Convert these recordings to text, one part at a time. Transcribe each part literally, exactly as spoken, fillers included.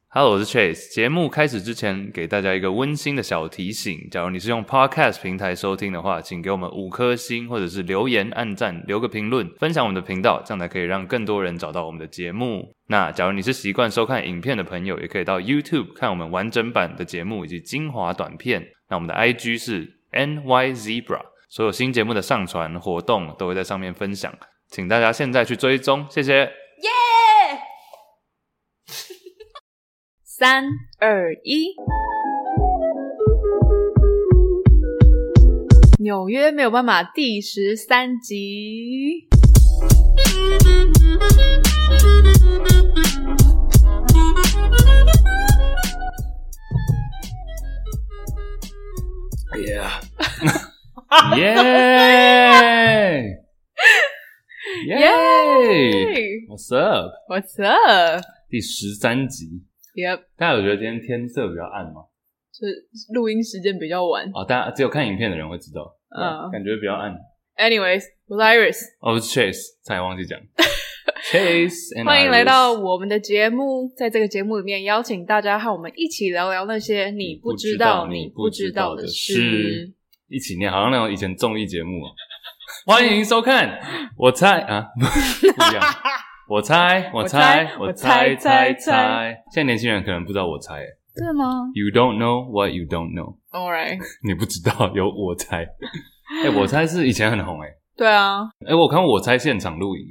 Hello， 我是 Chase。节目开始之前，给大家一个温馨的小提醒：假如你是用 Podcast 平台收听的话，请给我们五颗星，或者是留言、按赞、留个评论，分享我们的频道，这样才可以让更多人找到我们的节目。那假如你是习惯收看影片的朋友，也可以到 YouTube 看我们完整版的节目以及精华短片。那我们的 I G 是 N Y Zebra， 所有新节目的上传活动都会在上面分享，请大家现在去追踪，谢谢。 耶！三二一，纽约没有办法第十三集。 Yeah. Yeah. Yay! What's up? What's up? 第十三集。 Yep. 大家有觉得今天天色比较暗吗？ 就是录音时间比较晚。 哦，大家只有看影片的人会知道。嗯，感觉比较暗。 Anyways, 我是 Iris。 哦，我是 Chase， 差点忘记讲。Chase and Iris。 欢迎来到我们的节目，在这个节目里面邀请大家和我们一起聊聊那些你不知道你不知道的事。 一起念，好像那种以前综艺节目啊。欢迎收看，我猜啊，不一样。我猜，我猜，我猜猜猜。现在年轻人可能不知道我猜， 真的吗 ？You don't know what you don't know. Alright， 你不知道有我猜。哎、欸，我猜是以前很红哎、欸。 对啊。 哎、欸，我看我猜现场录影。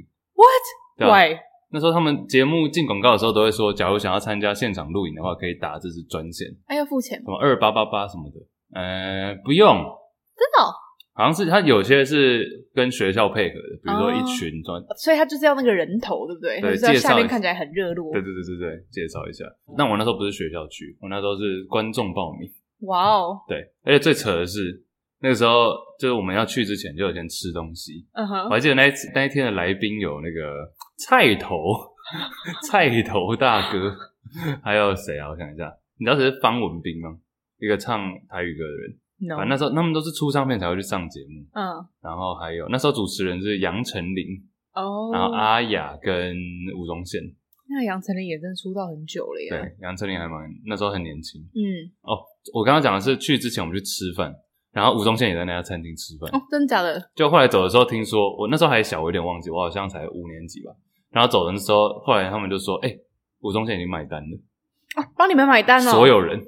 What? Why？ 那时候他们节目进广告的时候都会说，假如想要参加现场录影的话，可以打这支专线。 哎，要付钱吗？ 什么二八八八什么的？呃，不用。 真的、哦？ 好像是他有些是跟学校配合的，比如说一群专、 哦，所以他就是要那个人头，对不对？ 对， 就是要下面看起来很热络。 对对对对对，介绍一下。但我那时候不是学校去，我那时候是观众报名。 哇哦！ 对，而且最扯的是，那个时候就是我们要去之前就有先吃东西。嗯哼。我还记得那一那一天的来宾有那个菜头菜头大哥，还有谁啊？我想一下，你知道谁是方文彬吗？一个唱台语歌的人。No. 反正那时候他们都是出唱片才会去上节目，嗯，然后还有那时候主持人是杨丞琳，哦，然后阿雅跟吴宗宪。 那杨丞琳也真的出道很久了耶。 对，杨丞琳还蛮那时候很年轻，嗯。哦，我刚刚讲的是去之前我们去吃饭，然后吴宗宪也在那家餐厅吃饭。 哦，真的假的？ 就后来走的时候听说，我那时候还小，我有点忘记，我好像才五年级吧。然后走的时候，后来他们就说：“哎、欸，吴宗宪已经买单了。” 哦，帮你们买单了、哦， 所有人。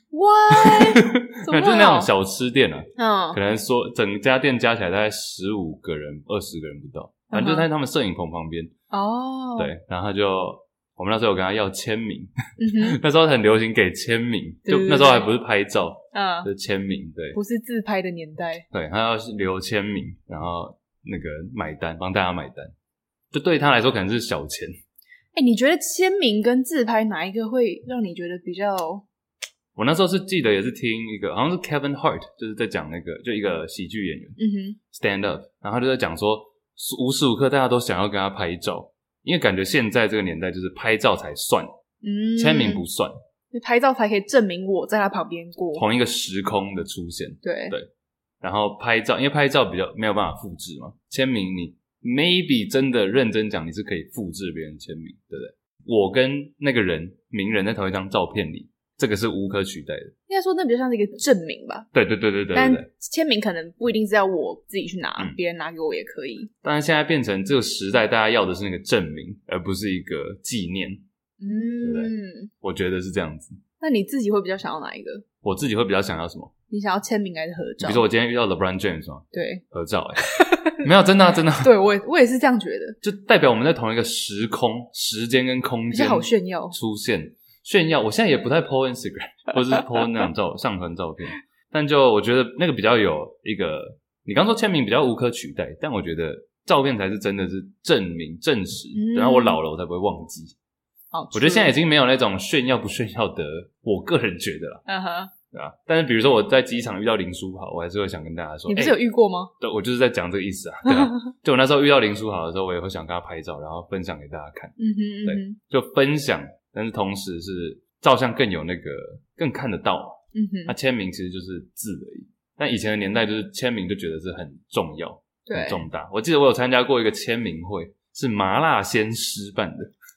Why？ 没有，就是那种小吃店啊， 嗯， 可能说整家店加起来大概十五个人、二十个人不到，反正就在他们摄影棚旁边。哦，对，然后他就我们那时候有跟他要签名，嗯、那时候很流行给签名，就那时候还不是拍照，嗯，就是签名，对， 不是自拍的年代。 对，他要留签名，然后那个买单，帮大家买单，就对他来说可能是小钱。 哎、欸，你觉得签名跟自拍哪一个会让你觉得比较？ 我那时候是记得也是听一个好像是 Kevin Hart 就是在讲那个就一个喜剧演员，嗯哼 stand up， 然后他就在讲说无时无刻大家都想要跟他拍照，因为感觉现在这个年代就是拍照才算，嗯，签名不算， 拍照才可以证明我在他旁边过， 同一个时空的出现， 对对，然后拍照因为拍照比较没有办法复制嘛，签名你 maybe 真的认真讲你是可以复制别人签名，对不对？我跟那个人名人在同一张照片里，这个是无可取代的。 应该说那比较像是一个证明吧。 对对对对 对, 对, 对。 但签名可能不一定是要我自己去拿，别、嗯、人拿给我也可以。 当然现在变成这个时代，大家要的是那个证明，而不是一个纪念。嗯，对不对？我觉得是这样子。 那你自己会比较想要哪一个？ 我自己会比较想要什么？ 你想要签名还是合照？ 比如说我今天遇到 LeBron James 吗？ 对， 合照哎、欸，没有真的、啊、真的、啊。 对，我也我也是这样觉得， 就代表我们在同一个时空、时间跟空间， 比较好炫耀出现。炫耀，我现在也不太 po Instagram 或者是 po 那种照上传照片，但就我觉得那个比较有一个，你刚说签名比较无可取代，但我觉得照片才是真的是证明证实，嗯、然后我老了我才不会忘记。 哦， 我觉得现在已经没有那种炫耀不炫耀的，我个人觉得啦。嗯哼，对啊。但是比如说我在机场遇到林书豪，我还是会想跟大家说， 你不是有遇过吗？ 欸、对，我就是在讲这个意思啊。对啊，就我那时候遇到林书豪的时候，我也会想跟他拍照，然后分享给大家看。嗯哼嗯哼，对，就分享。但是同时是照相更有那个更看得到，嗯哼，那签名其实就是字而已。但以前的年代就是签名就觉得是很重要，很重大。我记得我有参加过一个签名会，是麻辣鲜师办的。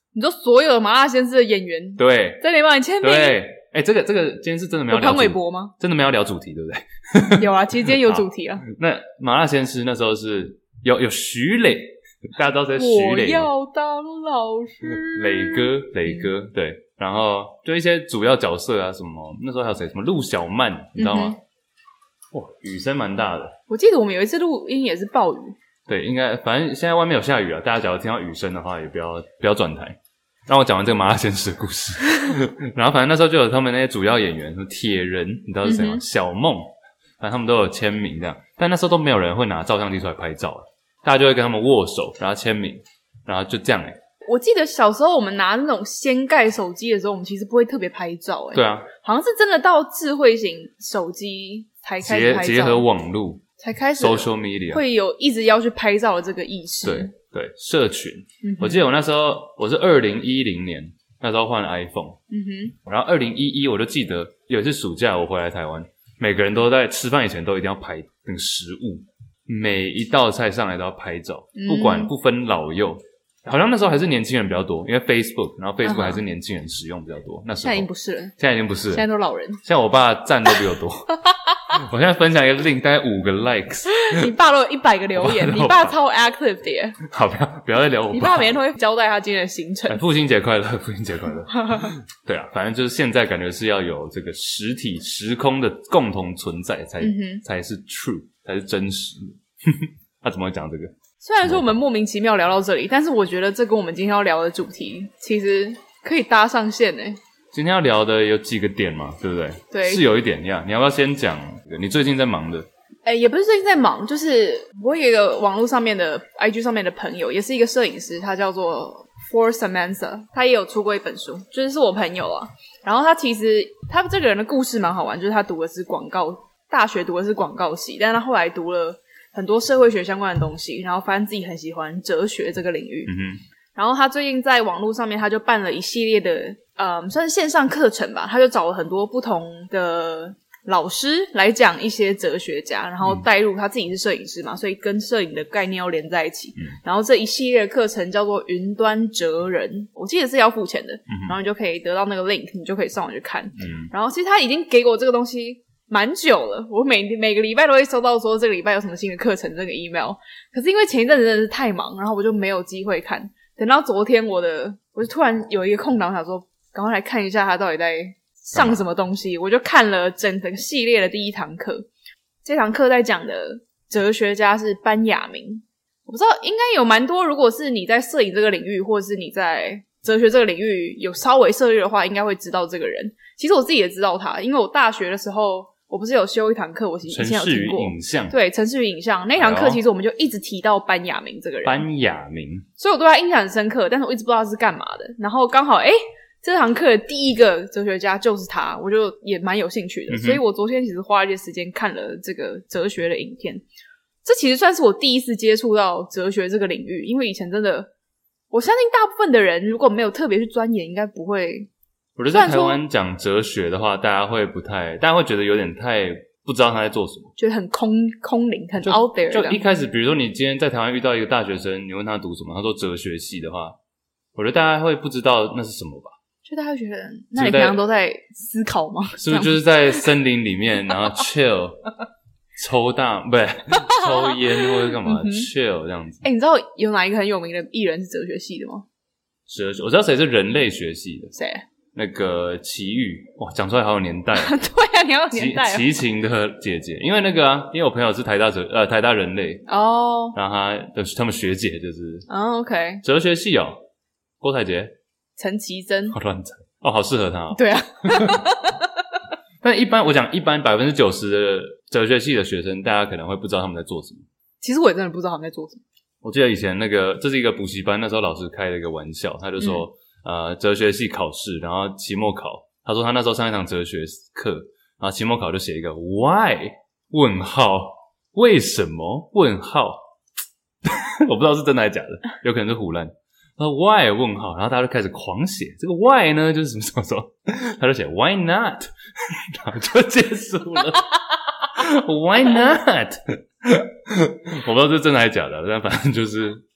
你说所有的麻辣鲜师的演员对在那里帮你签名？ 对，哎、欸，这个这个今天是真的没有聊有潘玮柏吗？ 真的没有聊主题，对不对？ 有啊，其实今天有主题啊。 那麻辣鲜师那时候是有有徐磊，大家知道谁是徐磊吗？ 我要当老师， 磊哥，磊哥，嗯、对，然后就一些主要角色啊，什么那时候还有谁？什么陆小曼，你知道吗？嗯、哇，雨声蛮大的。 我记得我们有一次录音也是暴雨。 对，应该反正现在外面有下雨啊，大家假如听到雨声的话，也不要不要转台。让我讲完这个麻辣鲜师的故事，然后反正那时候就有他们那些主要演员，什么铁人，你知道是谁吗？嗯、小梦，反正他们都有签名这样，但那时候都没有人会拿照相机出来拍照，大家就会跟他们握手，然后签名，然后就这样哎。 我记得小时候我们拿那种掀盖手机的时候，我们其实不会特别拍照哎。 对啊， 好像是真的到智慧型手机才开始拍照， 结结合网路才开始 social media 会有一直要去拍照的这个意识。 对。对，社群、嗯，我记得我那时候我是二零一零年那时候换了 iPhone， 嗯哼，然后二零一一我就记得有一次暑假我回来台湾，每个人都在吃饭以前都一定要拍那个食物，每一道菜上来都要拍照，嗯、不管不分老幼，好像那时候还是年轻人比较多，因为 Facebook， 然后 Facebook 还是年轻人使用比较多，那时候现在已经不是了， 现在已经不是了， 现在都老人， 现在我爸赞都比我多。我现在分享一个 link， 大概五个 likes， 你爸都有一百个留言，你爸超 active 的耶。 好，不要不要再聊我爸。 你爸每天都会交代他今天的行程。 父亲节快乐，父亲节快乐。对啊，反正就是现在感觉是要有这个实体时空的共同存在才、嗯、才是 true， 才是真实。他怎么会讲这个？ 虽然说我们莫名其妙聊到这里，但是我觉得这跟我们今天要聊的主题其实可以搭上线诶。 今天要聊的有几个点嘛，对不对？ 对， 是有一点呀。你要不要先讲你最近在忙的？ 诶、欸、也不是最近在忙，就是我有一个网络上面的 I G 上面的朋友，也是一个摄影师，他叫做 For Samantha， 他也有出过一本书，就是是我朋友啊。然后他其实他这个人的故事蛮好玩，就是他读的是广告，大学读的是广告系，但是他后来读了很多社会学相关的东西，然后发现自己很喜欢哲学这个领域。嗯哼。然后他最近在网络上面，他就办了一系列的，嗯，算是线上课程吧。他就找了很多不同的老师来讲一些哲学家，然后带入他自己是摄影师嘛，所以跟摄影的概念要连在一起。嗯、然后这一系列的课程叫做云端哲人，我记得是要付钱的，嗯、然后你就可以得到那个 link， 你就可以上网去看。嗯、然后其实他已经给我这个东西蛮久了，我每每个礼拜都会收到说这个礼拜有什么新的课程这个 email， 可是因为前一阵子真的是太忙，然后我就没有机会看。等到昨天我的我就突然有一个空档，想说赶快来看一下他到底在上什么东西，我就看了整个系列的第一堂课。这堂课在讲的哲学家是班雅明，我不知道应该有蛮多，如果是你在摄影这个领域或者是你在哲学这个领域有稍微涉猎的话，应该会知道这个人。其实我自己也知道他，因为我大学的时候我不是有修一堂课，我以前有听过程式与影像，对，程式与影像那堂课，其实我们就一直提到班雅明这个人， 班雅明， 所以我对他印象很深刻，但是我一直不知道他是干嘛的。然后刚好诶这堂课的第一个哲学家就是他，我就也蛮有兴趣的，嗯、所以我昨天其实花了一些时间看了这个哲学的影片。这其实算是我第一次接触到哲学这个领域，因为以前真的，我相信大部分的人如果没有特别去钻研，应该不会。 我觉得在台湾讲哲学的话，大家会不太，大家会觉得有点太不知道他在做什么， 觉得很空空灵，很 out there。 就一开始，比如说你今天在台湾遇到一个大学生，你问他读什么，他说哲学系的话，我觉得大家会不知道那是什么吧？ 就大家会觉得，那你平常都在思考吗？ 是不是就是在森林里面，然后 chill 抽大不对抽烟或者干嘛、嗯、chill 这样子？ 哎、欸，你知道有哪一个很有名的艺人是哲学系的吗？ 哲学，我知道谁是人类学系的， 谁？ 那个齐豫，哇，讲出来好有年代、啊。 对啊，你好有年代、啊。 齐秦的姐姐，因为那个啊，因为我朋友是台大哲呃台大人类哦， oh. 然后他的他们学姐就是哦、oh, OK 哲学系哦，郭采洁、 陈绮贞， 好乱讲哦，好适合他、哦。 对啊， 但一般我讲一般百分之九十的哲学系的学生，大家可能会不知道他们在做什么。 其实我也真的不知道他们在做什么。 我记得以前那个这是一个补习班，那时候老师开了一个玩笑，他就说。嗯呃，哲学系考试，然后期末考，他说他那时候上一堂哲学课，然后期末考就写一个 why 问号为什么问号，我不知道是真的还是假的，有可能是唬烂。他说 why 问号，然后大家就开始狂写，这个 why 呢就是什么什么什么，他就写 why not， 然后就结束了。why not 我不知道这是真的还是假的，但反正就是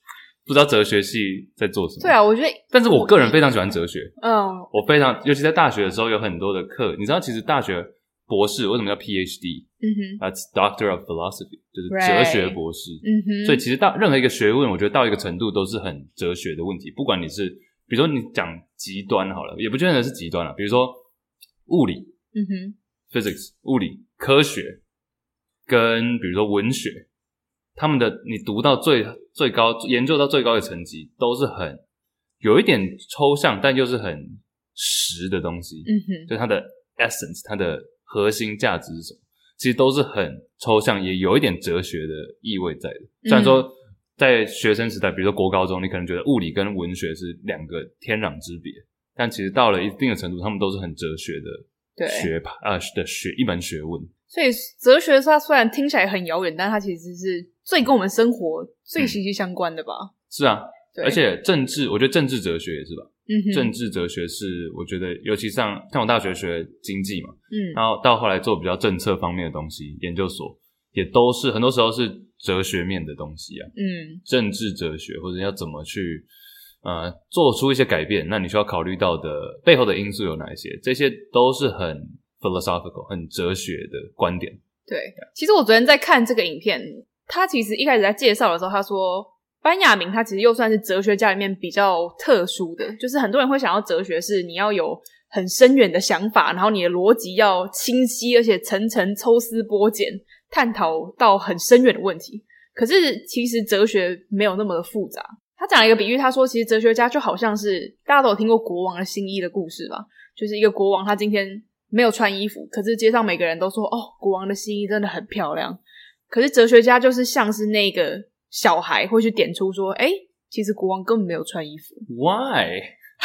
不知道哲学系在做什么。 对啊，我觉得， 但是我个人非常喜欢哲学。 嗯， 我非常，尤其在大学的时候有很多的课，你知道，其实大学博士为什么叫 P H D？ 嗯哼 ，That's Doctor of Philosophy， 就是哲学博士。嗯哼，所以其实到任何一个学问，我觉得到一个程度都是很哲学的问题。不管你是，比如说你讲极端好了，也不见得是极端了，比如说物理，嗯哼 ，Physics， 物理科学，跟比如说文学，他们的你读到最最高，研究到最高的层级，都是很有一点抽象，但又是很实的东西。嗯哼，就是它的 essence， 它的核心价值是什么？其实都是很抽象，也有一点哲学的意味在的。虽然说在学生时代，比如说国高中，你可能觉得物理跟文学是两个天壤之别，但其实到了一定的程度，他们都是很哲学的学派呃的学一门学问。 所以哲学它虽然听起来很遥远，但它其实是最跟我们生活最息息相关的吧。嗯、 是啊，而且政治，我觉得政治哲学也是吧。嗯哼，政治哲学是我觉得，尤其像像我大学学经济嘛，嗯，然后到后来做比较政策方面的东西，研究所也都是很多时候是哲学面的东西啊。嗯，政治哲学或者要怎么去呃做出一些改变，那你需要考虑到的背后的因素有哪一些？这些都是很 philosophical 很哲学的观点。 对，其实我昨天在看这个影片，他其实一开始在介绍的时候，他说班雅明他其实又算是哲学家里面比较特殊的，就是很多人会想要哲学是你要有很深远的想法，然后你的逻辑要清晰，而且层层抽丝剥茧，探讨到很深远的问题。可是其实哲学没有那么的复杂。他讲了一个比喻，他说其实哲学家就好像是大家都有听过国王的新衣的故事吧，就是一个国王他今天没有穿衣服，可是街上每个人都说哦，国王的新衣真的很漂亮。可是哲学家就是像是那个小孩会去点出说，诶，其实国王根本没有穿衣服。 Why?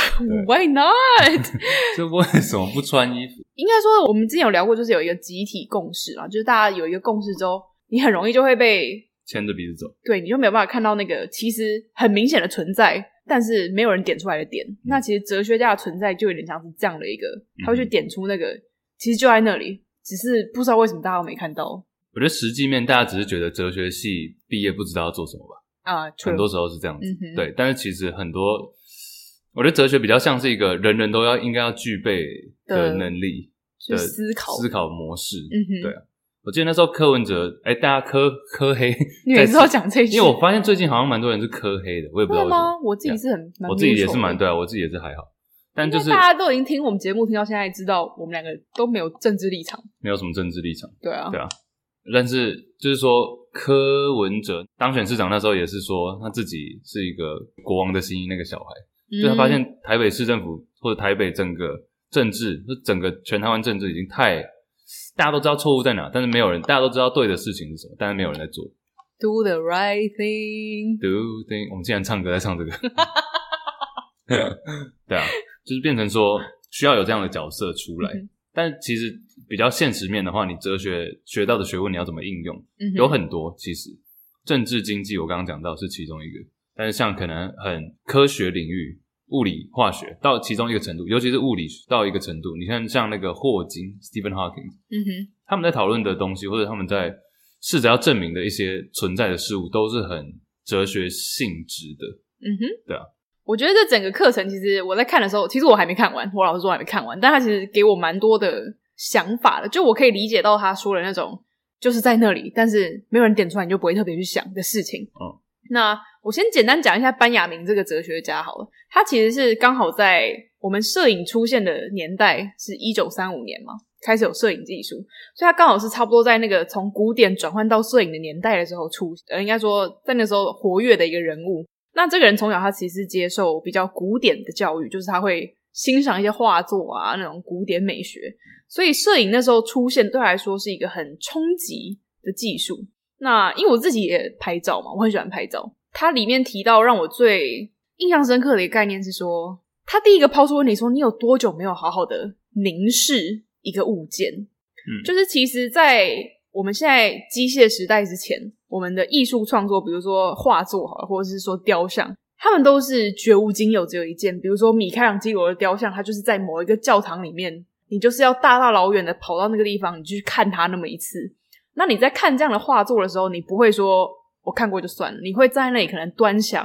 Why not? 这为什么不穿衣服？ 应该说我们之前有聊过，就是有一个集体共识啦，就是大家有一个共识之后，你很容易就会被牵着鼻子走。 对，你就没有办法看到那个其实很明显的存在，但是没有人点出来的点。嗯、那其实哲学家的存在就有点像是这样的一个，他会去点出那个、嗯、其实就在那里，只是不知道为什么大家都没看到。 我觉得实际面大家只是觉得哲学系毕业不知道要做什么吧，啊，很多时候是这样子、嗯、对，但是其实很多我觉得哲学比较像是一个人人都要应该要具备的能力的思考思考模式、嗯、对啊，我记得那时候柯文哲诶大家柯柯黑你每次都讲这句， 因为我发现最近好像蛮多人是柯黑的，我也不知道为什么。 我自己是很蛮我自己也是蛮对啊，我自己也是还好，但就是大家都已经听我们节目听到现在，知道我们两个都没有政治立场， 没有什么政治立场， 对啊对啊。但是就是说柯文哲当选市长那时候也是说他自己是一个国王的新衣那个小孩、嗯、就他发现台北市政府或者台北整个政治整个全台湾政治已经太大家都知道错误在哪，但是没有人大家都知道对的事情是什么，但是没有人在做 Do the right thing Do thing 我们竟然唱歌在唱这个对啊，就是变成说需要有这样的角色出来、嗯，但其实比较现实面的话，你哲学学到的学问你要怎么应用、嗯、有很多，其实政治经济我刚刚讲到是其中一个，但是像可能很科学领域物理化学到其中一个程度，尤其是物理到一个程度，你看像那个霍金 Stephen Hawking、嗯、哼他们在讨论的东西或者他们在试着要证明的一些存在的事物都是很哲学性质的。嗯哼，对啊， 我觉得这整个课程其实我在看的时候，其实我还没看完，我老实说还没看完，但他其实给我蛮多的想法的，就我可以理解到他说的那种就是在那里但是没有人点出来你就不会特别去想的事情。嗯，那我先简单讲一下班雅明这个哲学家好了，他其实是刚好在我们摄影出现的年代是一九三五年嘛，开始有摄影技术，所以他刚好是差不多在那个从古典转换到摄影的年代的时候出呃，应该说在那时候活跃的一个人物。那这个人从小他其实接受比较古典的教育，就是他会欣赏一些画作啊，那种古典美学，所以摄影那时候出现对他来说是一个很冲击的技术。那因为我自己也拍照嘛，我很喜欢拍照，它里面提到让我最印象深刻的一个概念是说，他第一个抛出问题说你有多久没有好好的凝视一个物件、嗯、就是其实在我们现在机械时代之前，我们的艺术创作比如说画作好了，或者是说雕像，他们都是绝无仅有只有一件，比如说米开朗基罗的雕像，他就是在某一个教堂里面，你就是要大大老远的跑到那个地方你去看他那么一次。那你在看这样的画作的时候，你不会说我看过就算了，你会在那里可能端详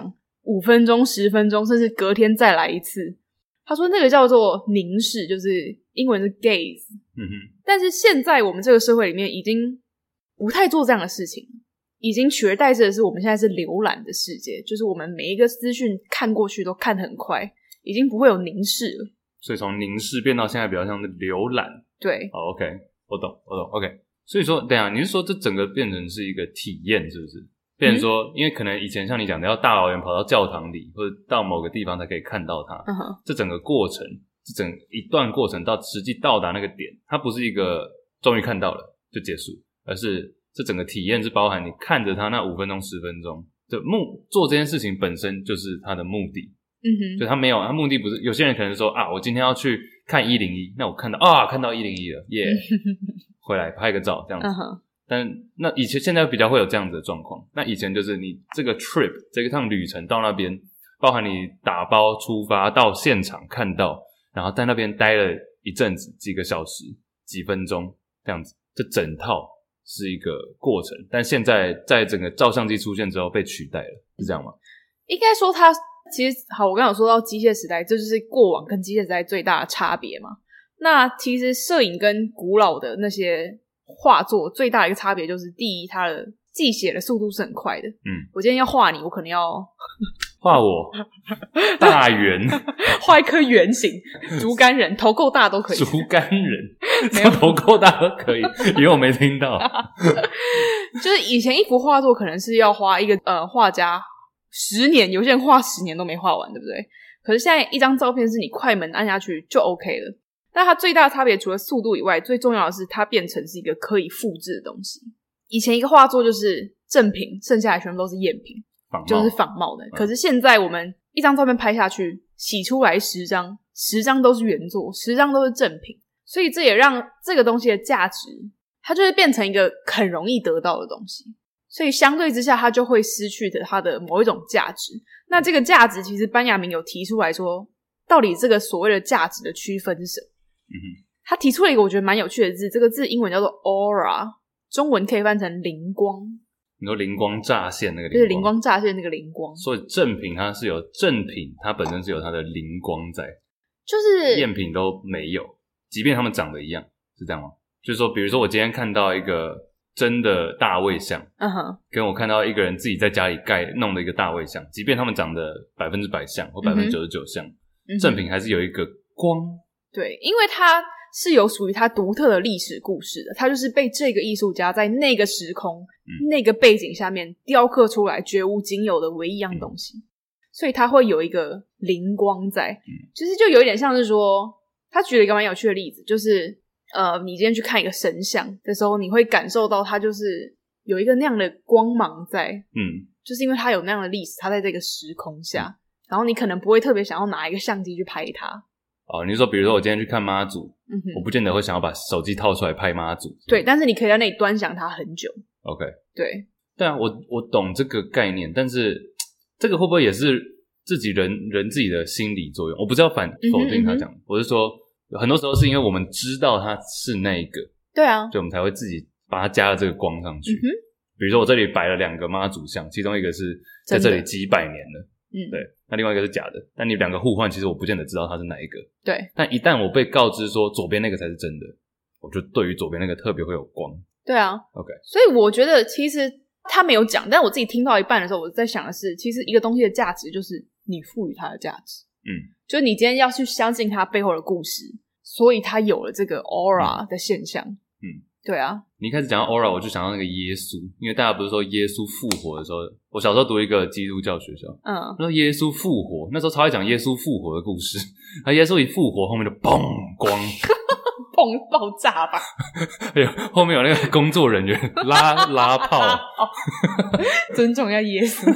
五分钟、十分钟，甚至隔天再来一次。他说那个叫做凝视，就是英文是 gaze。 嗯哼。 但是现在我们这个社会里面已经不太做这样的事情，已经取而代之的是我们现在是浏览的世界，就是我们每一个资讯看过去都看得很快，已经不会有凝视了。所以从凝视变到现在比较像是浏览。 对。 哦 OK， 我懂我懂 OK。所以说等一下你是说这整个变成是一个体验是不是？变成说、嗯、因为可能以前像你讲的要大老远跑到教堂里或者到某个地方才可以看到它、嗯、这整个过程这整一段过程到实际到达那个点，它不是一个终于看到了就结束，而是这整个体验是包含你看着它那五分钟十分钟的目做这件事情本身就是它的目的。嗯哼，就它没有它目的不是，有些人可能说啊我今天要去看一零一，那我看到啊看到一零一了耶、yeah, 回来拍个照这样子、嗯、但那以前现在比较会有这样子的状况，那以前就是你这个 trip 这个趟旅程到那边，包含你打包出发到现场看到，然后在那边待了一阵子几个小时几分钟这样子，这整套是一个过程，但现在在整个照相机出现之后被取代了，是这样吗？ 应该说它其实好，我刚刚有说到机械时代，这就是过往跟机械时代最大的差别嘛。那其实摄影跟古老的那些画作最大的一个差别就是，第一，它的记写的速度是很快的。嗯，我今天要画你，我可能要画我大圆， 画一颗圆形竹竿人，头够大都可以。 竹竿人，没有头够大都可以，因为我没听到。 就是以前一幅画作可能是要花一个呃画家十年，有些人画十年都没画完，对不对？可是现在一张照片是你快门按下去就 OK 了。但它最大的差别除了速度以外，最重要的是它变成是一个可以复制的东西。以前一个画作就是正品，剩下来全部都是赝品，就是仿冒的、嗯、可是现在我们一张照片拍下去，洗出来十张十张都是原作，十张都是正品，所以这也让这个东西的价值它就会变成一个很容易得到的东西，所以相对之下它就会失去的它的某一种价值。那这个价值其实班雅明有提出来说，到底这个所谓的价值的区分是什么？嗯哼，他提出了一个我觉得蛮有趣的字，这个字英文叫做 aura， 中文可以翻成灵光。 你说灵光乍现那个灵光， 就是灵光乍现那个灵光。 所以正品它是有正品，它本身是有它的灵光在， 就是赝品都没有，即便他们长得一样，是这样吗？就是说比如说我今天看到一个真的大卫像，嗯哼，跟我看到一个人自己在家里盖弄的一个大卫像，即便他们长得百分之百像或百分之九十九像，嗯，正品还是有一个光。对， 因为它是有属于它独特的历史故事的，它就是被这个艺术家在那个时空、嗯、那个背景下面雕刻出来绝无仅有的唯一一样东西、嗯、所以它会有一个灵光在、嗯、就是就有一点像是说，他举了一个蛮有趣的例子，就是呃，你今天去看一个神像的时候，你会感受到它就是有一个那样的光芒在，嗯，就是因为它有那样的历史，它在这个时空下、嗯、然后你可能不会特别想要拿一个相机去拍它。 哦，你是说比如说我今天去看妈祖、嗯、我不见得会想要把手机套出来拍妈祖， 对，但是你可以在那里端详它很久。 OK， 对对啊，我我懂这个概念，但是这个会不会也是自己人人自己的心理作用？我不是要反否定他讲、嗯、我是说很多时候是因为我们知道它是那一个， 对啊， 所以我们才会自己把它加了这个光上去、嗯、比如说我这里摆了两个妈祖像，其中一个是在这里几百年了，嗯，对，那另外一个是假的，但你两个互换，其实我不见得知道它是哪一个。对，但一旦我被告知说左边那个才是真的，我就对于左边那个特别会有光。 对啊 OK， 所以我觉得其实他没有讲，但我自己听到一半的时候，我在想的是，其实一个东西的价值就是你赋予它的价值，嗯，就是你今天要去相信它背后的故事，所以它有了这个 aura 的现象。嗯，对啊， 你一开始讲到 aura 我就想到那个耶稣，因为大家不是说耶稣复活的时候，我小时候读一个基督教学校，嗯，说耶稣复活，那时候超爱讲耶稣复活的故事，他耶稣一复活后面就砰光砰爆炸吧哎呦，后面有那个工作人员拉拉炮尊重一下耶稣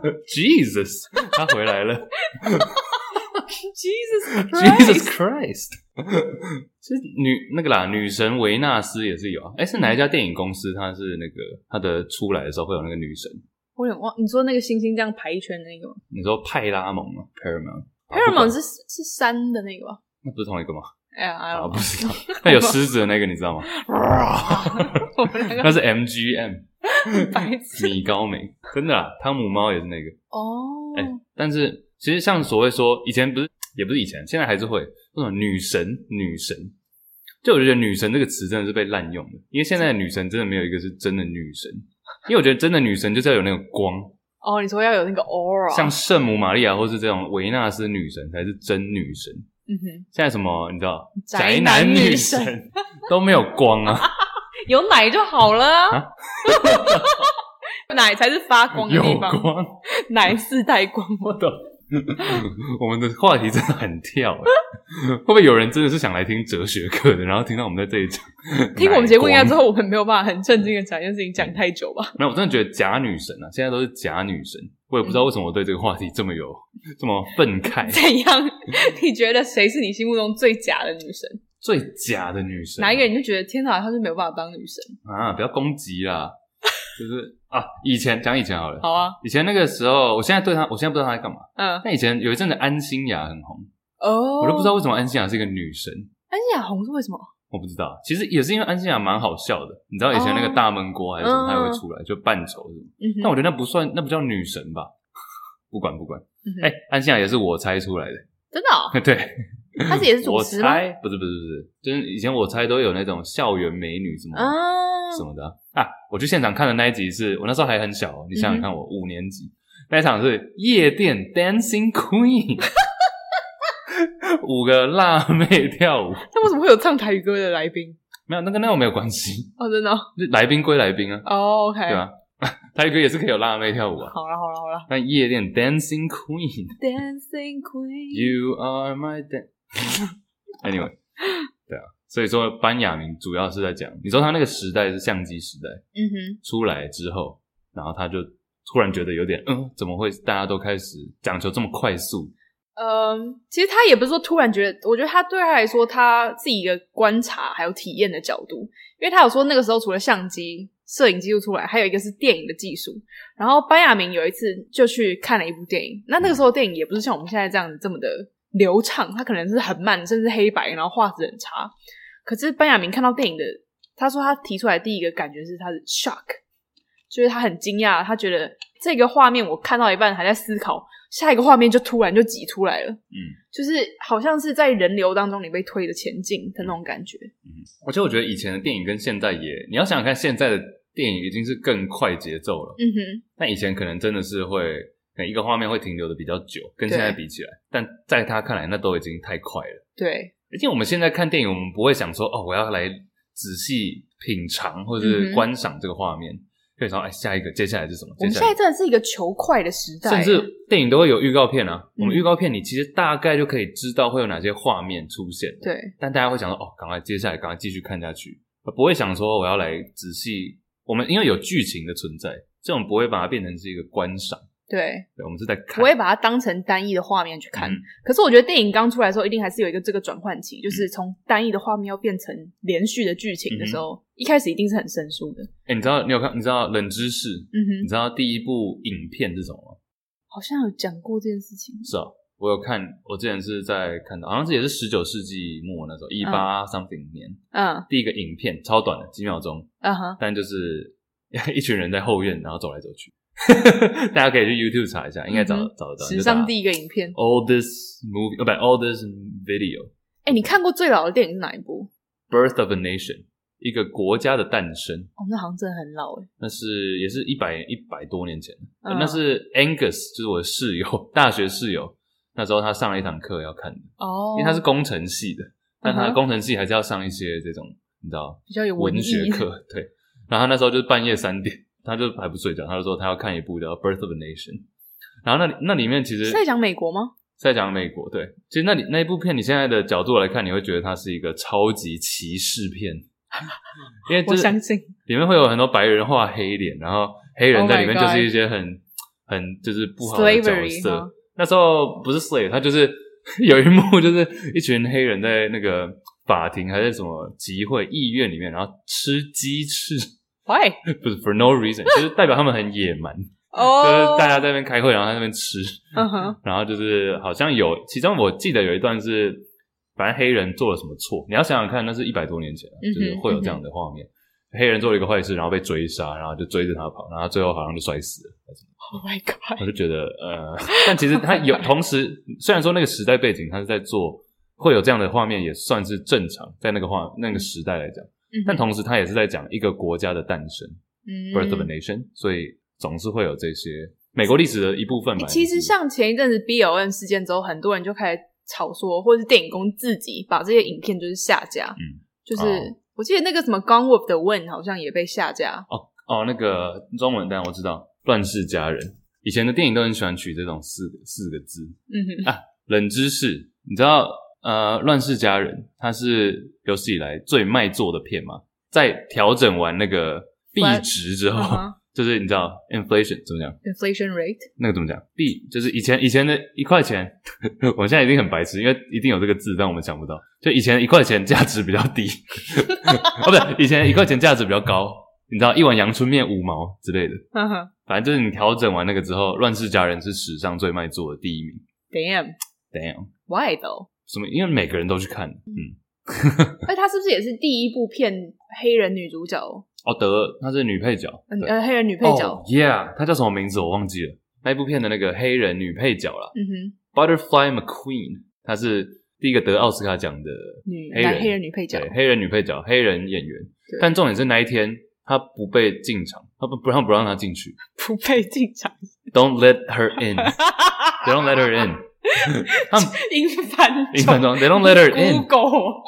Jesus 他回来了 Jesus Christ Jesus Christ 是女那个啦，女神维纳斯也是有啊。诶是哪一家电影公司它是那个它的出来的时候会有那个女神？ 我有点忘，你说那个星星这样排一圈的那个吗？ 你说派拉蒙吗？ Paramount Paramount 是是山的那个吧？ 那不是同一个吗？ 哎呀，啊， 不知道。那有狮子的那个你知道吗？那是 M G M 米高梅，真的啦，汤姆猫也是那个。哦，哎， 但是其实像所谓说以前不是也不是以前，现在还是会那种女神女神，就我觉得女神这个词真的是被滥用的，因为现在的女神真的没有一个是真的女神，因为我觉得真的女神就是要有那个光哦，你说要有那个 aura， 像圣母玛利亚或是这种维纳斯女神才是真女神。 嗯哼， 现在什么你知道宅男女神都没有光啊有奶就好了啊, 啊奶才是发光的地方， 有光奶自带光我懂我们的话题真的很跳会不会有人真的是想来听哲学课的，然后听到我们在这里讲听我们节目应该之后我们没有办法很正经的讲一件事情讲太久吧。 没有，我真的觉得假女神啊，现在都是假女神，我也不知道为什么我对这个话题这么有这么愤慨。 怎样？你觉得谁是你心目中最假的女神？ 最假的女神、啊、 哪一个人就觉得天哪她是没有办法当女神啊？不要攻击啦就是啊，以前讲以前好了。 好啊。 以前那个时候，我现在对她，我现在不知道她在干嘛。 嗯。 但以前有一阵子安心亚很红。 哦。 我都不知道为什么安心亚是一个女神。 安心亚红是为什么？ 我不知道，其实也是因为安心亚蛮好笑的。你知道以前那个大闷锅还是什么，她、哦、也会出来就扮丑什么、嗯。但我觉得那不算，那不叫女神吧？不管不管。哎、嗯欸，安心亚也是我猜出来的。 真的、哦？ 对。 她是也是主持吗？ 我猜不是不是不是，就是以前我猜都有那种校园美女什么、哦、什么的 啊, 啊。我去现场看的那一集是我那时候还很小、哦，你想想看我，我、嗯、五年级那一场是夜店 Dancing Queen， 五个辣妹跳舞。 那为什么会有唱台语歌的来宾？ 没有，那跟那个没有关系哦，真的、哦， 来宾归来宾啊。 哦、oh, ，OK， 对吧？台语歌也是可以有辣妹跳舞啊。 好啦好啦好啦， 但夜店 Dancing Queen，Dancing Queen，You are my dan。Anyway， 对啊，所以说班雅明主要是在讲，你说他那个时代是相机时代， 嗯哼， 出来之后，然后他就突然觉得有点，嗯，怎么会大家都开始讲求这么快速？ 嗯，其实他也不是说突然觉得，我觉得他对他来说，他自己的观察还有体验的角度，因为他有说那个时候除了相机、摄影技术出来，还有一个是电影的技术。然后班雅明有一次就去看了一部电影，那那个时候电影也不是像我们现在这样子这么的流畅，它可能是很慢，甚至黑白，然后画质很差。可是班雅明看到电影的，他说他提出来的第一个感觉是他的 shock， 就是他很惊讶，他觉得这个画面我看到一半还在思考，下一个画面就突然就挤出来了，嗯，就是好像是在人流当中你被推着前进的那种感觉。 嗯，而且我觉得以前的电影跟现在也，你要想想看，现在的电影已经是更快节奏了， 嗯哼， 但以前可能真的是会，可能一个画面会停留的比较久，跟现在比起来，但在他看来那都已经太快了。 对， 而且我们现在看电影，我们不会想说哦，我要来仔细品尝或者是观赏这个画面。嗯，可以说，哎，下一个，接下来是什么？ 我们现在真的是一个求快的时代， 甚至电影都会有预告片啊。嗯、我们预告片，你其实大概就可以知道会有哪些画面出现。 对， 但大家会想说，哦，赶快接下来，赶快继续看下去，不会想说我要来仔细。我们因为有剧情的存在，这种不会把它变成是一个观赏。 对， 对，我们是在看， 不会把它当成单一的画面去看。嗯、可是我觉得电影刚出来的时候，一定还是有一个这个转换期，就是从单一的画面要变成连续的剧情的时候，嗯、一开始一定是很生疏的。 哎、欸，你知道你有看？你知道冷知识？ 嗯哼， 你知道第一部影片是什么吗？ 好像有讲过这件事情。 是啊，我有看，我之前是在看到，好像是也是十九世纪末那时候，一八 something 年， 嗯， 第一个影片超短的，几秒钟， 嗯哼， 但就是一群人在后院，然后走来走去。大家可以去 YouTube 查一下，应该找、嗯、找得到。 史上第一个影片 ，oldest movie， 哦不 ，oldest video。 哎、欸，你看过最老的电影是哪一部 ？Birth of a Nation， 一个国家的诞生。 哦，那好像真的很老哎。 那是也是一百一百多年前、嗯，那是 Angus， 就是我的室友，大学室友。那时候他上了一堂课要看的哦，因为他是工程系的，但他工程系还是要上一些这种你知道比较有文学课，对。然后他那时候就是半夜三点。他就还不睡觉，他就说他要看一部叫《Birth of a Nation》，然后那那里面其实是在讲美国吗？ 是在讲美国，对。其实那里那一部片，你现在的角度来看，你会觉得它是一个超级歧视片，因为、就是、 我相信里面会有很多白人画黑脸，然后黑人在里面就是一些很、oh、很就是不好的角色。Slavery, 那时候不是 slave， 他就是有一幕就是一群黑人在那个法庭还是什么集会议院里面，然后吃鸡翅。 Why？ 不是 for no reason， 就是代表他们很野蛮。哦、oh ，就是大家在那边开会，然后在那边吃， 嗯哼， 然后就是好像有，其中我记得有一段是，反正黑人做了什么错，你要想想看，那是一百多年前、啊 mm-hmm, 就是会有这样的画面， mm-hmm. 黑人做了一个坏事，然后被追杀，然后就追着他跑，然后最后好像就摔死了。 Oh my god！ 我就觉得呃，但其实他有同时，虽然说那个时代背景他是在做会有这样的画面，也算是正常，在那个画那个时代来讲，嗯、但同时他也是在讲一个国家的诞生、嗯、，birth of a nation， 所以总是会有这些美国历史的一部分吧。 其实像前一阵子 B L M 事件之后，很多人就开始吵说，或者是电影公司自己把这些影片就是下架，嗯，就是、哦、我记得那个什么 Gone with the Wind 好像也被下架。 哦哦，那个中文但我知道。乱世佳人，以前的电影都很喜欢取这种四个四个字。嗯哼啊，冷知识，你知道呃，乱世佳人它是有史以来最卖座的片吗？在调整完那个币值之后， uh-huh. 就是你知道 inflation 怎么讲 ？inflation rate 那个怎么讲？币就是以前以前的一块钱，我现在一定很白痴，因为一定有这个字，但我们想不到。就以前一块钱价值比较低，哦不对，以前一块钱价值比较高。你知道一碗阳春面五毛之类的，呵呵反正就是你调整完那个之后，《乱世佳人》是史上最卖座的第一名。 Damn, damn, why though？ 什么？因为每个人都去看，嗯。 哎，他是不是也是第一部片黑人女主角？ 哦，德，她是女配角， 呃，黑人女配角。 Oh, yeah， 她叫什么名字我忘记了。那一部片的那个黑人女配角啦，嗯哼 ，Butterfly McQueen， 她是第一个得奥斯卡奖的女黑人黑人女配角， 对，黑人女配角，黑人演员。但重点是那一天。他不被进场，他不不让不让他进去， 不被进场。 Don't let her in. They don't let her in. 他们英翻英翻中 ，They don't let her in. Google.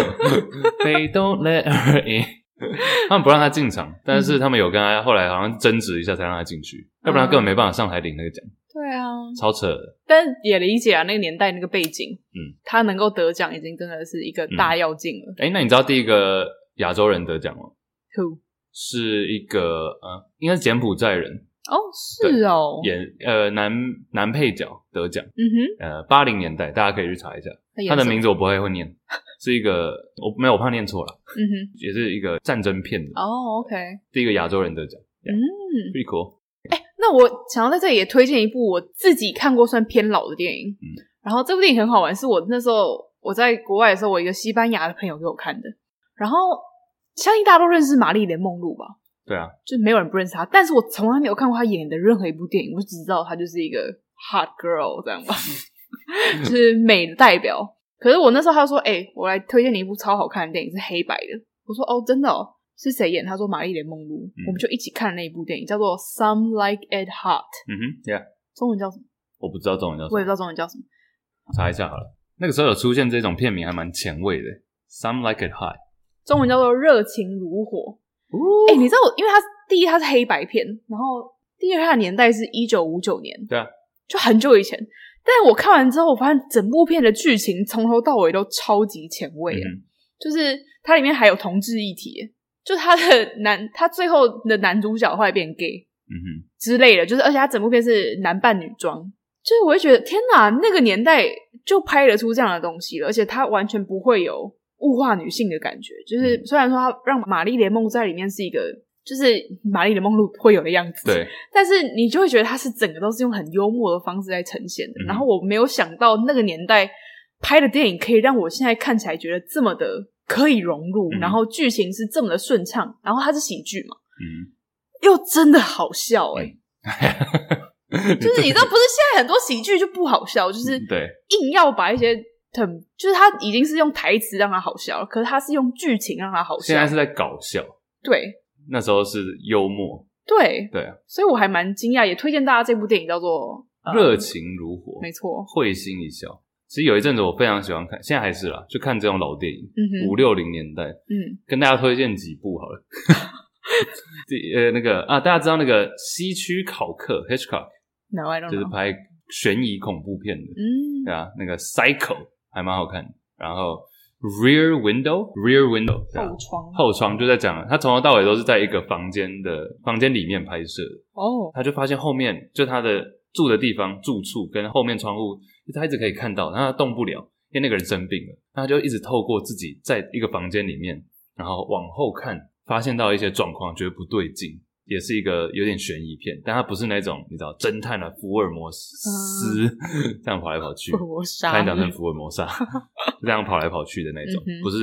They don't let her in. 他们不让他进场，但是他们有跟他后来好像争执一下才让他进去，嗯、要不然他根本没办法上台领那个奖。 对啊， 超扯的。 但也理解啊，那个年代那个背景，嗯，他能够得奖已经真的是一个大要进了。 哎、嗯，那你知道第一个亚洲人得奖吗 ？Who？ 是一个呃，应该是柬埔寨人哦，是哦， 演呃男男配角得奖，嗯哼，呃八零年代大家可以去查一下，他的名字我不会会念，是一个我没有我怕念错了，嗯哼，也是一个战争片的哦 ，OK， 第一个亚洲人得奖， yeah, 嗯 ，pretty cool。 哎，那我想要在这里也推荐一部我自己看过算偏老的电影，嗯，然后这部电影很好玩，是我那时候我在国外的时候，我一个西班牙的朋友给我看的，然后。相信大家都认识玛丽莲梦露吧？ 对啊， 就是没有人不认识她，但是我从来没有看过她演的任何一部电影，我只知道她就是一个 hot girl 这样吧，就是美的代表。可是我那时候他就说：“哎、欸，我来推荐你一部超好看的电影，是黑白的。”我说：“哦，真的哦，是谁演？”他说：“玛丽莲梦露。嗯”我们就一起看了那一部电影，叫做《Some Like It Hot》。 嗯哼 ，Yeah， 中文叫什么？ 我不知道中文叫什么， 我也不知道中文叫什么， 查一下好了。那个时候有出现这种片名，还蛮前卫的，《Some Like It Hot》。 中文叫做热情如火。哎、欸，你知道我，因为它第一它是黑白片，然后第二它的年代是一九五九年， 对啊， 就很久以前。但是我看完之后，我发现整部片的剧情从头到尾都超级前卫啊、嗯！就是它里面还有同志议题，就他的男，他最后的男主角后来变 gay， 嗯哼之类的，就是而且他整部片是男扮女装，就是我会觉得天哪，那个年代就拍得出这样的东西了，而且他完全不会有物化女性的感觉，就是虽然说他让玛丽莲梦在里面是一个就是玛丽莲梦露会有的样子， 对， 但是你就会觉得他是整个都是用很幽默的方式在呈现的、嗯、然后我没有想到那个年代拍的电影可以让我现在看起来觉得这么的可以融入、嗯、然后剧情是这么的顺畅，然后它是喜剧嘛，嗯，又真的好笑欸、嗯、就是你知道不是现在很多喜剧就不好笑，就是对硬要把一些很就是他已经是用台词让他好笑，可是他是用剧情让他好笑， 现在是在搞笑， 对， 那时候是幽默， 对对啊， 所以我还蛮惊讶，也推荐大家这部电影叫做热情如火、 呃、没错， 会心一笑。其实有一阵子我非常喜欢看，现在还是啦，就看这种老电影，嗯，五六零年代，嗯，跟大家推荐几部好了。呃，那个啊，大家知道那个西区考克 Hitchcock， No, I don't know， 就是拍悬疑恐怖片的，嗯，对啊，那个 Psycho 还蛮好看的，然后 Rear Window Rear Window 后窗后窗就在讲他从头到尾都是在一个房间的房间里面拍摄的哦，他就发现后面就他的住的地方住处跟后面窗户他一直可以看到，然后他动不了，因为那个人生病了，他就一直透过自己在一个房间里面然后往后看，发现到一些状况觉得不对劲，也是一个有点悬疑片，但它不是那种你知道侦探的福尔摩斯、嗯、这样跑来跑去， 福尔摩沙， 他讲成福尔摩沙这样跑来跑去的那种、嗯、不是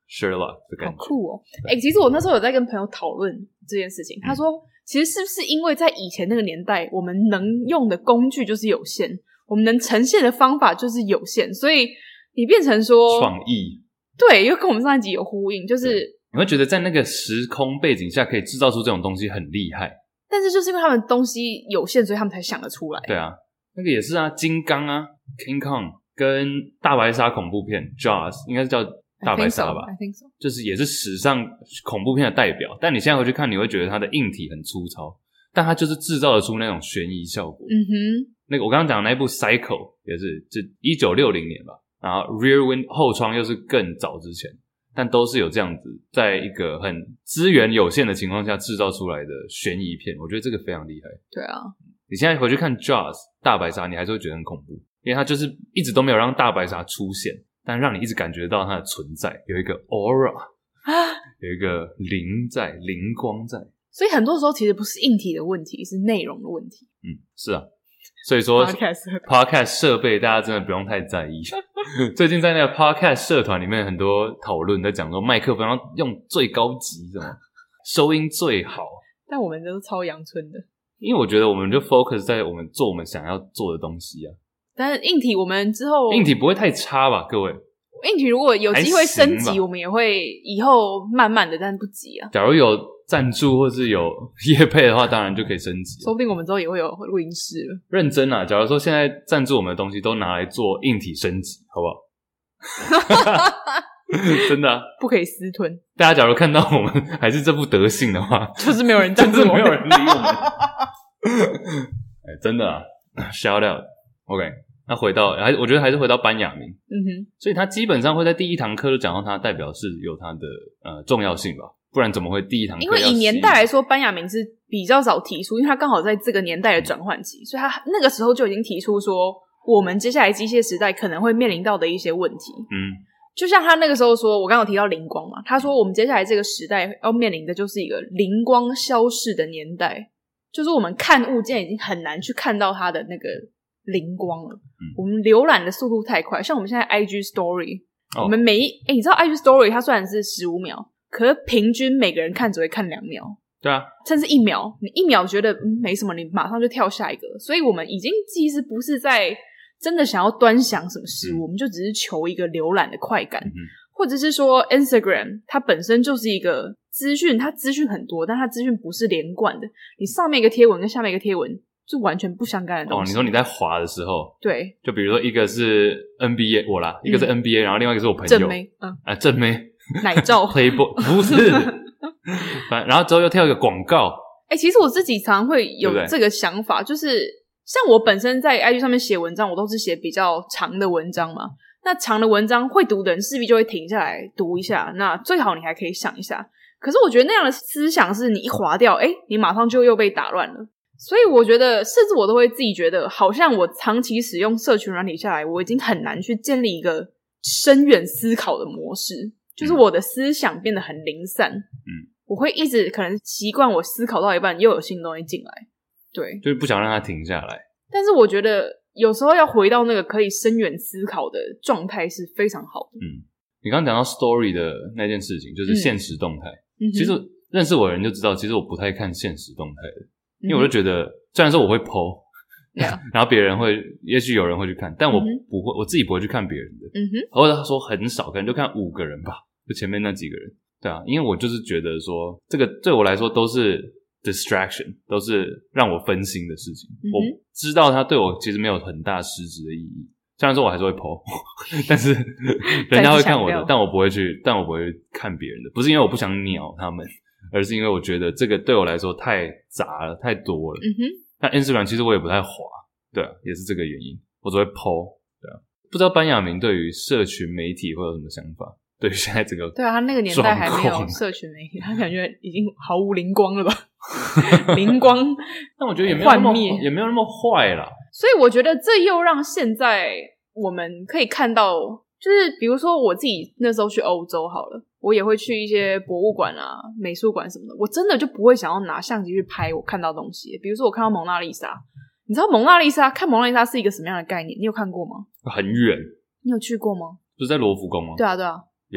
Sherlock 的感觉。 好酷哦！哎、欸，其实我那时候有在跟朋友讨论这件事情，他说，其实是不是因为在以前那个年代，我们能用的工具就是有限，我们能呈现的方法就是有限，所以你变成说创意， 对，又跟我们上一集有呼应，就是你会觉得在那个时空背景下可以制造出这种东西很厉害， 但是就是因为他们东西有限，所以他们才想得出来。 对啊，那个也是啊，金刚啊 ，King Kong 跟大白鲨恐怖片 Jaws 应该是叫大白鲨吧 I think so, I think so. 就是也是史上恐怖片的代表，但你现在回去看，你会觉得它的硬体很粗糙，但它就是制造得出那种悬疑效果。 嗯哼， 那个我刚刚讲的那一部 Psycho 也是就一九六零年吧，然后 Rear Window 后窗又是更早之前，但都是有这样子在一个很资源有限的情况下制造出来的悬疑片，我觉得这个非常厉害。 对啊， 你现在回去看 Jaws 大白鲨，你还是会觉得很恐怖，因为它就是一直都没有让大白鲨出现，但让你一直感觉到它的存在，有一个 aura 啊，有一个灵在，灵光在。 所以很多时候其实不是硬体的问题，是内容的问题。 嗯，是啊。所以说 Podcast, Podcast 设备大家真的不用太在意。最近在那个 Podcast 社团里面很多讨论在讲说麦克风要用最高级什么收音最好， 但我们都是超阳春的， 因为我觉得我们就 focus 在我们做我们想要做的东西啊。 但是硬体我们之后硬体不会太差吧各位， 硬体如果有机会升级我们也会以后慢慢的，但是不急啊。 假如有赞助或是有业配的话，当然就可以升级， 说不定我们之后也会有录音室了。 认真啊，假如说现在赞助我们的东西都拿来做硬体升级好不好？真的啊， 不可以私吞。 大家假如看到我们还是这副德性的话， 就是没有人赞助我们， 没有人理我们。欸、真的啊 shout out OK， 那回到还我觉得还是回到班雅明。 嗯哼， 所以他基本上会在第一堂课就讲到他，代表是有他的呃重要性吧，不然怎么会第一堂课？ 因为以年代来说，班雅明是比较早提出，因为他刚好在这个年代的转换期，所以他那个时候就已经提出说，我们接下来机械时代可能会面临到的一些问题。 嗯， 就像他那个时候说，我刚刚有提到灵光嘛，他说我们接下来这个时代要面临的就是一个灵光消逝的年代，就是我们看物件已经很难去看到它的那个灵光了。嗯、我们浏览的速度太快，像我们现在 I G Story，、哦、我们每一诶，你知道 I G Story 它虽然是十五秒，可是平均每个人看只会看两秒。 对啊， 甚至一秒，你一秒觉得、嗯、没什么，你马上就跳下一个。所以我们已经其实不是在真的想要端详什么事物、嗯、我们就只是求一个浏览的快感、嗯、或者是说 Instagram 它本身就是一个资讯，它资讯很多，但它资讯不是连贯的，你上面一个贴文跟下面一个贴文是完全不相干的东西。 哦，你说你在滑的时候，对，就比如说一个是 N B A 我啦，一个是 N B A、嗯、然后另外一个是我朋友正妹，嗯啊正妹奶罩 Playboy 不是然后之后又跳一个广告。 欸，其实我自己常常会有这个想法，对对，就是像我本身在 I G 上面写文章，我都是写比较长的文章嘛，那长的文章会读的人势必就会停下来读一下，那最好你还可以想一下。可是我觉得那样的思想是你一滑掉，诶，你马上就又被打乱了。所以我觉得甚至我都会自己觉得好像我长期使用社群软体下来，我已经很难去建立一个深远思考的模式，就是我的思想变得很零散。嗯，我会一直可能习惯我思考到一半又有新东西进来，对， 就是不想让它停下来。 但是我觉得有时候要回到那个可以深远思考的状态是非常好的。 嗯，你刚刚讲到 story 的那件事情，就是限时动态、 嗯、 其实认識我的人就知道其实我不太看限时动态的，因为我就觉得虽然说我会 po、yeah. 然后别人会也许有人会去看，但我不会、嗯、我自己不会去看别人的。嗯哼，或者说很少，可能就看五个人吧，就前面那几个人。对啊，因为我就是觉得说这个对我来说都是 distraction， 都是让我分心的事情、嗯、我知道它对我其实没有很大实质的意义，虽然说我还是会 po 但是人家会看我的，但我不会去但我不会看别人的，不是因为我不想鸟他们，而是因为我觉得这个对我来说太杂了，太多了。嗯哼，那 Instagram 其实我也不太滑，对啊，也是这个原因，我只会 po。 对啊，不知道班雅明对于社群媒体会有什么想法，对于现在这个对啊，他那个年代还没有社群媒体，他感觉已经毫无灵光了吧灵光但我觉得也没有那么也没有那么坏啦。 所以我觉得这又让现在我们可以看到，就是比如说我自己那时候去欧洲好了，我也会去一些博物馆啊美术馆什么的，我真的就不会想要拿相机去拍我看到东西。比如说我看到蒙娜丽莎，你知道蒙娜丽莎看蒙娜丽莎是一个什么样的概念？你有看过吗？ 很远。 你有去过吗？ 就是在罗浮宫吗？ 对啊对啊， 有啊。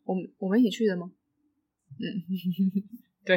我们我们一起去的吗？嗯，对。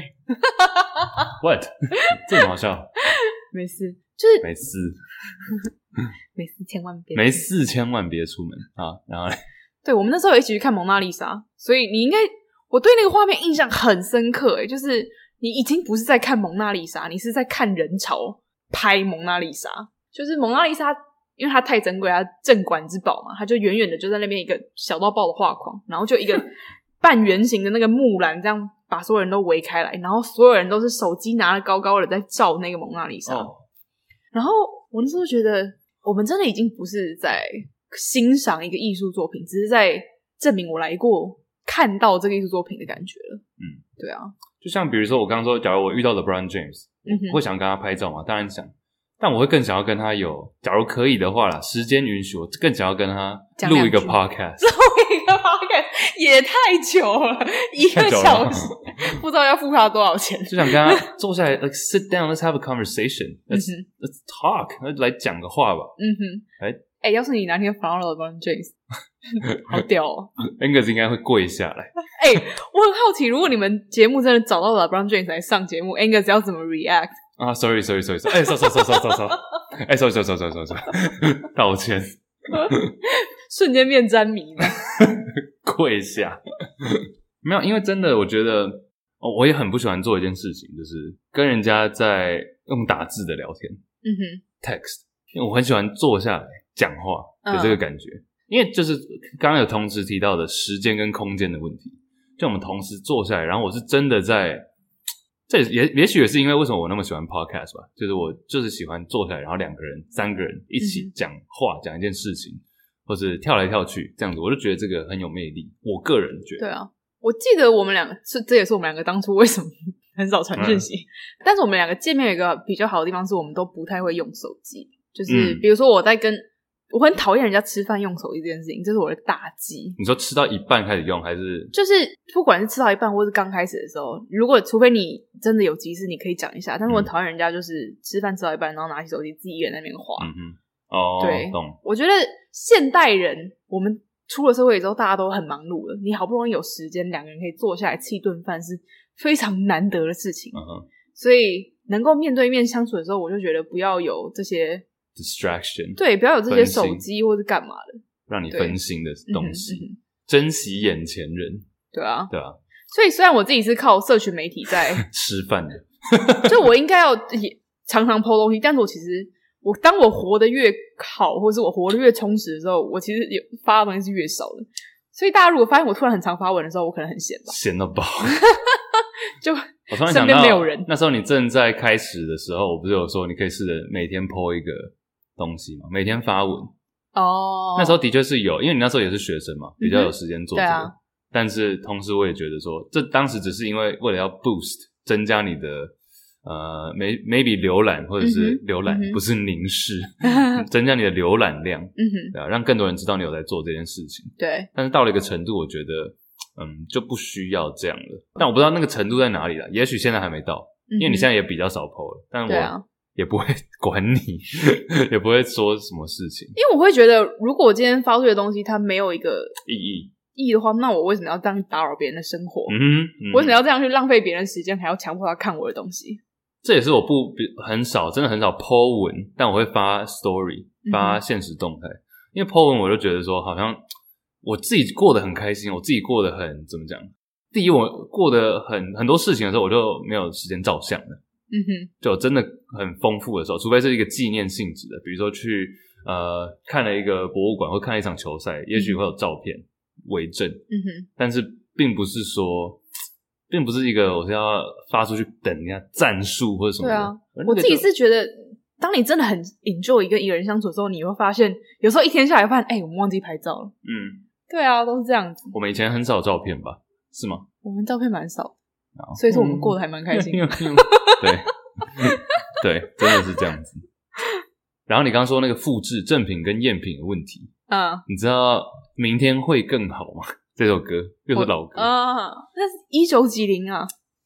What？ 这么好笑？ 没事，就是没事， 没事，千万别没事，千万别出门啊！然后呢？ 对，我们那时候有一起去看蒙娜丽莎，所以你应该，我对那个画面印象很深刻诶，就是你已经不是在看蒙娜丽莎，你是在看人潮拍蒙娜丽莎。就是蒙娜丽莎，因为它太珍贵，它镇馆之宝嘛，它就远远的就在那边一个小到爆的画框，然后就一个半圆形的那个木栏，这样把所有人都围开来，然后所有人都是手机拿得高高的在照那个蒙娜丽莎。哦、然后我那时候觉得，我们真的已经不是在欣赏一个艺术作品，只是在证明我来过看到这个艺术作品的感觉了。嗯，对啊， 就像比如说我刚刚说，假如我遇到 LeBron James，嗯哼，我会想跟他拍照吗？当然想。但我会更想要跟他有，假如可以的话啦，时间允许，我更想要跟他录一个 podcast， 录一个 podcast 也太久了，一个小时，不知道要付他多少钱。 就想跟他坐下来 ，like sit down, let's have a conversation, let's、嗯、let's talk， 来讲个话吧。 嗯哼，哎哎、欸，要是你哪天访到了 LeBron James， 好屌哦 ，Angus 应该会跪下来。 哎、欸，我很好奇，如果你们节目真的找到了 LeBron James 来上节目 ，Angus 要怎么 react？ 啊 ，sorry sorry sorry sorry， 哎、欸， ，sorry sorry sorry sorry， 哎 ，sorry sorry sorry sorry sorry， 道歉， 瞬间变詹迷了， 跪下，没有，因为真的，我觉得，哦，我也很不喜欢做一件事情，就是跟人家在用打字的聊天，嗯哼 ，text， 因为我很喜欢坐下来讲话的这个感觉，嗯、因为就是刚刚有同时提到的时间跟空间的问题，就我们同时坐下来，然后我是真的在。这也也许也是因为为什么我那么喜欢 podcast 吧，就是我就是喜欢坐下来，然后两个人、三个人一起讲话，讲、嗯、一件事情，或是跳来跳去这样子，我就觉得这个很有魅力。我个人觉得，对啊，我记得我们两个，这这也是我们两个当初为什么很少传讯息、嗯，但是我们两个见面有一个比较好的地方是我们都不太会用手机，就是比如说我在跟。我很讨厌人家吃饭用手机这件事情，这是我的大忌。 你说吃到一半开始用，还是就是不管是吃到一半或是刚开始的时候，如果除非你真的有急事，你可以讲一下。但是我很讨厌人家就是吃饭吃到一半，然后拿起手机自己一个人在那边滑。嗯哼，哦，对，懂。我觉得现代人，我们出了社会之后，大家都很忙碌了，你好不容易有时间，两个人可以坐下来吃一顿饭，是非常难得的事情。嗯哼，所以能够面对面相处的时候，我就觉得不要有这些。 distraction 对，不要有这些手机或是干嘛的让你分心的东西、嗯嗯、珍惜眼前人。 对啊对啊， 所以虽然我自己是靠社群媒体在吃饭的就我应该要常常 po 东西，但是我其实我当我活得越好或是我活得越充实的时候，我其实有发的东西是越少的。所以大家如果发现我突然很常发文的时候，我可能很闲吧， 闲到爆就我突然想到身边没有人，那时候你正在开始的时候，我不是有说你可以试着每天 po 一个东西嘛，每天发文哦。那时候的确是有，因为你那时候也是学生嘛，比较有时间做这个、嗯啊、但是同时我也觉得说这当时只是因为为了要 boost 增加你的呃 maybe 浏览或者是浏览、嗯、不是凝视增加你的浏览量，嗯哼，对啊，让更多人知道你有在做这件事情。对，但是到了一个程度我觉得嗯就不需要这样了，但我不知道那个程度在哪里啦，也许现在还没到、嗯、因为你现在也比较少 po 了，但我也不会管你也不会说什么事情，因为我会觉得如果我今天发出去的东西它没有一个意义意义的话，那我为什么要这样去打扰别人的生活、嗯嗯、我为什么要这样去浪费别人时间还要强迫他看我的东西。 这也是我不很少真的很少 po 文，但我会发 story 发现实动态、嗯、因为 po 文我就觉得说好像我自己过得很开心，我自己过得很怎么讲，第一我过得很很多事情的时候我就没有时间照相了，嗯哼，就真的很丰富的时候，除非是一个纪念性质的，比如说去呃看了一个博物馆或看了一场球赛，也许会有照片为证，嗯哼，但是并不是说并不是一个我是要发出去等人家赞数或者什么的。对啊， 我自己是觉得当你真的很 enjoy 跟一个人相处的时候，你会发现有时候一天下来发现哎、欸，我们忘记拍照了。嗯，对啊，都是这样子。 我们以前很少照片吧，是吗？ 我们照片蛮少的，所以说我们过得还蛮开心的、嗯、 对对，真的是这样子。然后你刚刚说那个复制正品跟赝品的问题，嗯，你知道明天会更好吗？这首歌又是老歌啊，那是一九几零啊，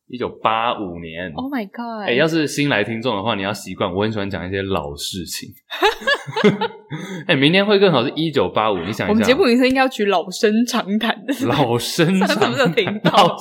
一九八五年。 Oh my god。 欸，要是新来听众的话，你要习惯我很喜欢讲一些老事情。欸，明天会更好是一九八五，你想一下， 我们节目名称应该要取老生常谈的。 老生常谈， 什么频道？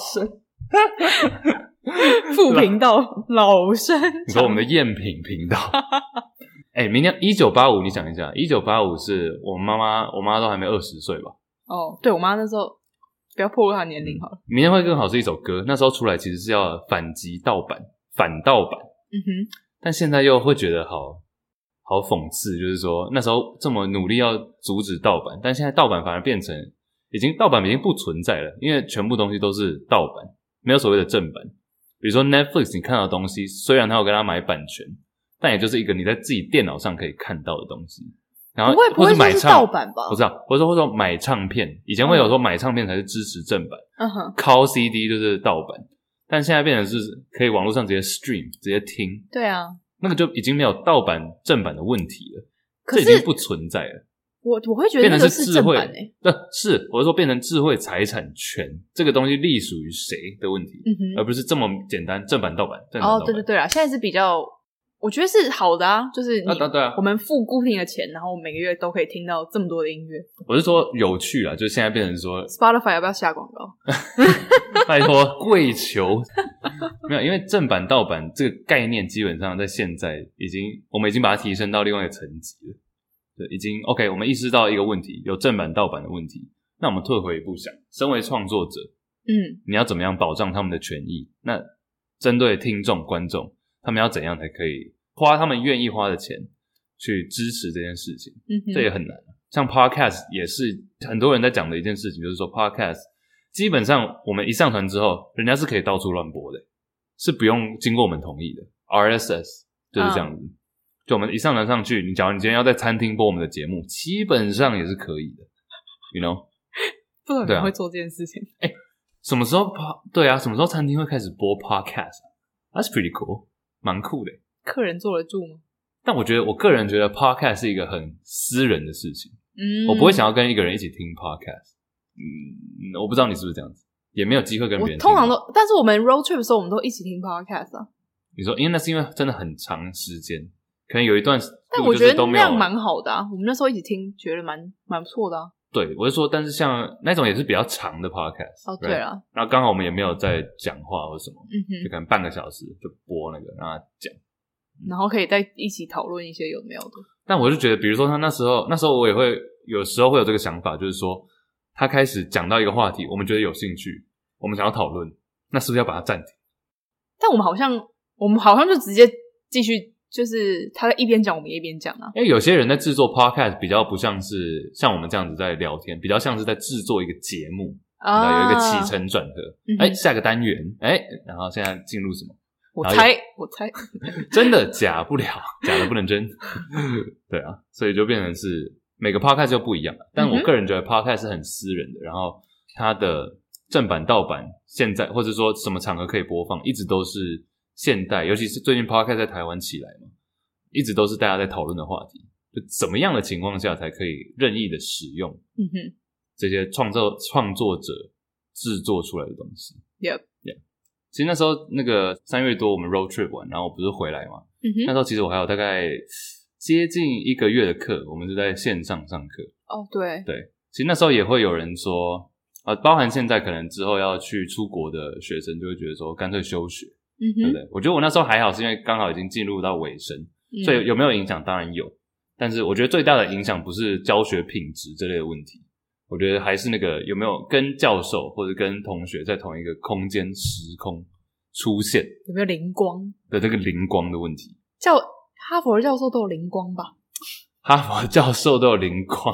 副频道老生常谈。 你说我们的赝品频道。哎、欸，明天一九八五，你想一下，一九八五是我妈妈，我妈都还没二十岁吧？ 哦，对，我妈那时候不要暴露她年龄好了。 明天会更好是一首歌，那时候出来其实是要反击盗版，反盗版。 嗯哼， 但现在又会觉得好好讽刺，就是说那时候这么努力要阻止盗版，但现在盗版反而变成已经盗版已经不存在了，因为全部东西都是盗版，没有所谓的正版。比如说 Netflix 你看到的东西，虽然他有跟他买版权，但也就是一个你在自己电脑上可以看到的东西。然后不会不会说是或是买唱盗版吧？ 不是啊，或者说或者说买唱片，以前会有说买唱片才是支持正版， 嗯哼， 拷 C D 就是盗版，但现在变成是可以网络上直接 stream 直接听， 对啊， 那个就已经没有盗版正版的问题了， 可是这已经不存在了。 我我会觉得那个变成是智慧正版诶、欸。 对，是我是说变成智慧财产权这个东西隶属于谁的问题， 嗯哼， 而不是这么简单正版盗版正版盗版。 哦，对对对啦，现在是比较，我觉得是好的啊，就是你、 啊对啊， 我们付固定的钱，然后每个月都可以听到这么多的音乐。 我是说有趣啦，就现在变成说 Spotify 要不要下广告？ 拜托跪求没有，因为正版盗版这个概念基本上在现在已经我们已经把它提升到另外一个层级了。对，已经 OK， 我们意识到一个问题，有正版盗版的问题，那我们退回一步想，身为创作者， 嗯， 你要怎么样保障他们的权益？那针对听众观众，他们要怎样才可以花他们愿意花的钱去支持这件事情？ 嗯哼， 这也很难。像 Podcast 也是很多人在讲的一件事情，就是说 Podcast 基本上我们一上传之后，人家是可以到处乱播的，是不用经过我们同意的 R S S 就是这样子。嗯，就我们一上传上去，你假如你今天要在餐厅播我们的节目，基本上也是可以的 you know 不知道有人会做这件事情。 哎、啊欸，什么时候对啊什么时候餐厅会开始播 podcast That's pretty cool， 蛮酷的。 客人坐得住吗？ 但我觉得我个人觉得 podcast 是一个很私人的事情， 嗯， 我不会想要跟一个人一起听 podcast。嗯，我不知道你是不是这样子，也没有机会跟别人听。 我通常都，但是我们 road trip 的时候我们都一起听 podcast 啊。 你说因为那是因为真的很长时间，可能有一段， 但我觉得那样蛮好的啊，我们那时候一起听，觉得蛮蛮不错的啊。对， 我是说，但是像那种也是比较长的 podcast。 哦，对啦， 然后刚好我们也没有在讲话或什么， 嗯哼， 就可能半个小时就播那个让他讲， 然后可以再一起讨论一些有没有的。 但我就觉得，比如说他那时候，那时候我也会有时候会有这个想法，就是说他开始讲到一个话题，我们觉得有兴趣，我们想要讨论，那是不是要把它暂停？ 但我们好像，我们好像就直接继续。就是他在一边讲，我们一边讲啊。 因为有些人在制作 podcast 比较不像是像我们这样子在聊天，比较像是在制作一个节目，啊，有一个起承转合。哎、嗯欸，下个单元，哎、欸，然后现在进入什么？ 我猜，我猜， 真的假不了，假的不能真。对啊，所以就变成是每个 podcast 就不一样了。但我个人觉得 podcast 是很私人的，然后它的正版盗版现在或者说什么场合可以播放，一直都是。现代，尤其是最近 podcast 在台湾起来嘛，一直都是大家在讨论的话题。就怎么样的情况下才可以任意的使用，嗯哼，这些创作创作者制作出来的东西。 Yep, yeah. 其实那时候那个三月多我们 road trip 完，然后不是回来嘛，嗯哼，那时候其实我还有大概接近一个月的课，我们是在线上上课。 哦，对对，其实那时候也会有人说，呃，包含现在可能之后要去出国的学生就会觉得说，干脆休学。嗯哼，对不对？我觉得我那时候还好，是因为刚好已经进入到尾声，嗯，所以有没有影响？当然有，但是我觉得最大的影响不是教学品质这类的问题，我觉得还是那个有没有跟教授或者跟同学在同一个空间时空出现， 有没有灵光的这个灵光的问题。 教哈佛的教授都有灵光吧？ 哈佛的教授都有灵光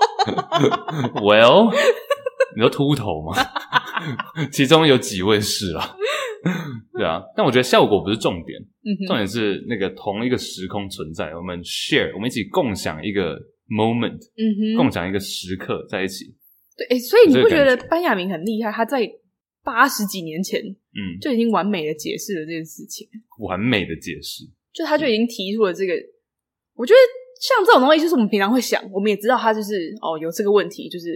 ？Well， 你说秃头吗？其中有几位是啊。对啊，但我觉得效果不是重点，嗯，重点是那个同一个时空存在，我们 share， 我们一起共享一个 moment， 嗯哼，共享一个时刻在一起。 对，诶，所以你不觉得班雅明很厉害？他在八十几年前，嗯，就已经完美的解释了这件事情。 完美的解释， 就他就已经提出了这个。我觉得像这种东西，就是我们平常会想，我们也知道他就是哦有这个问题，就是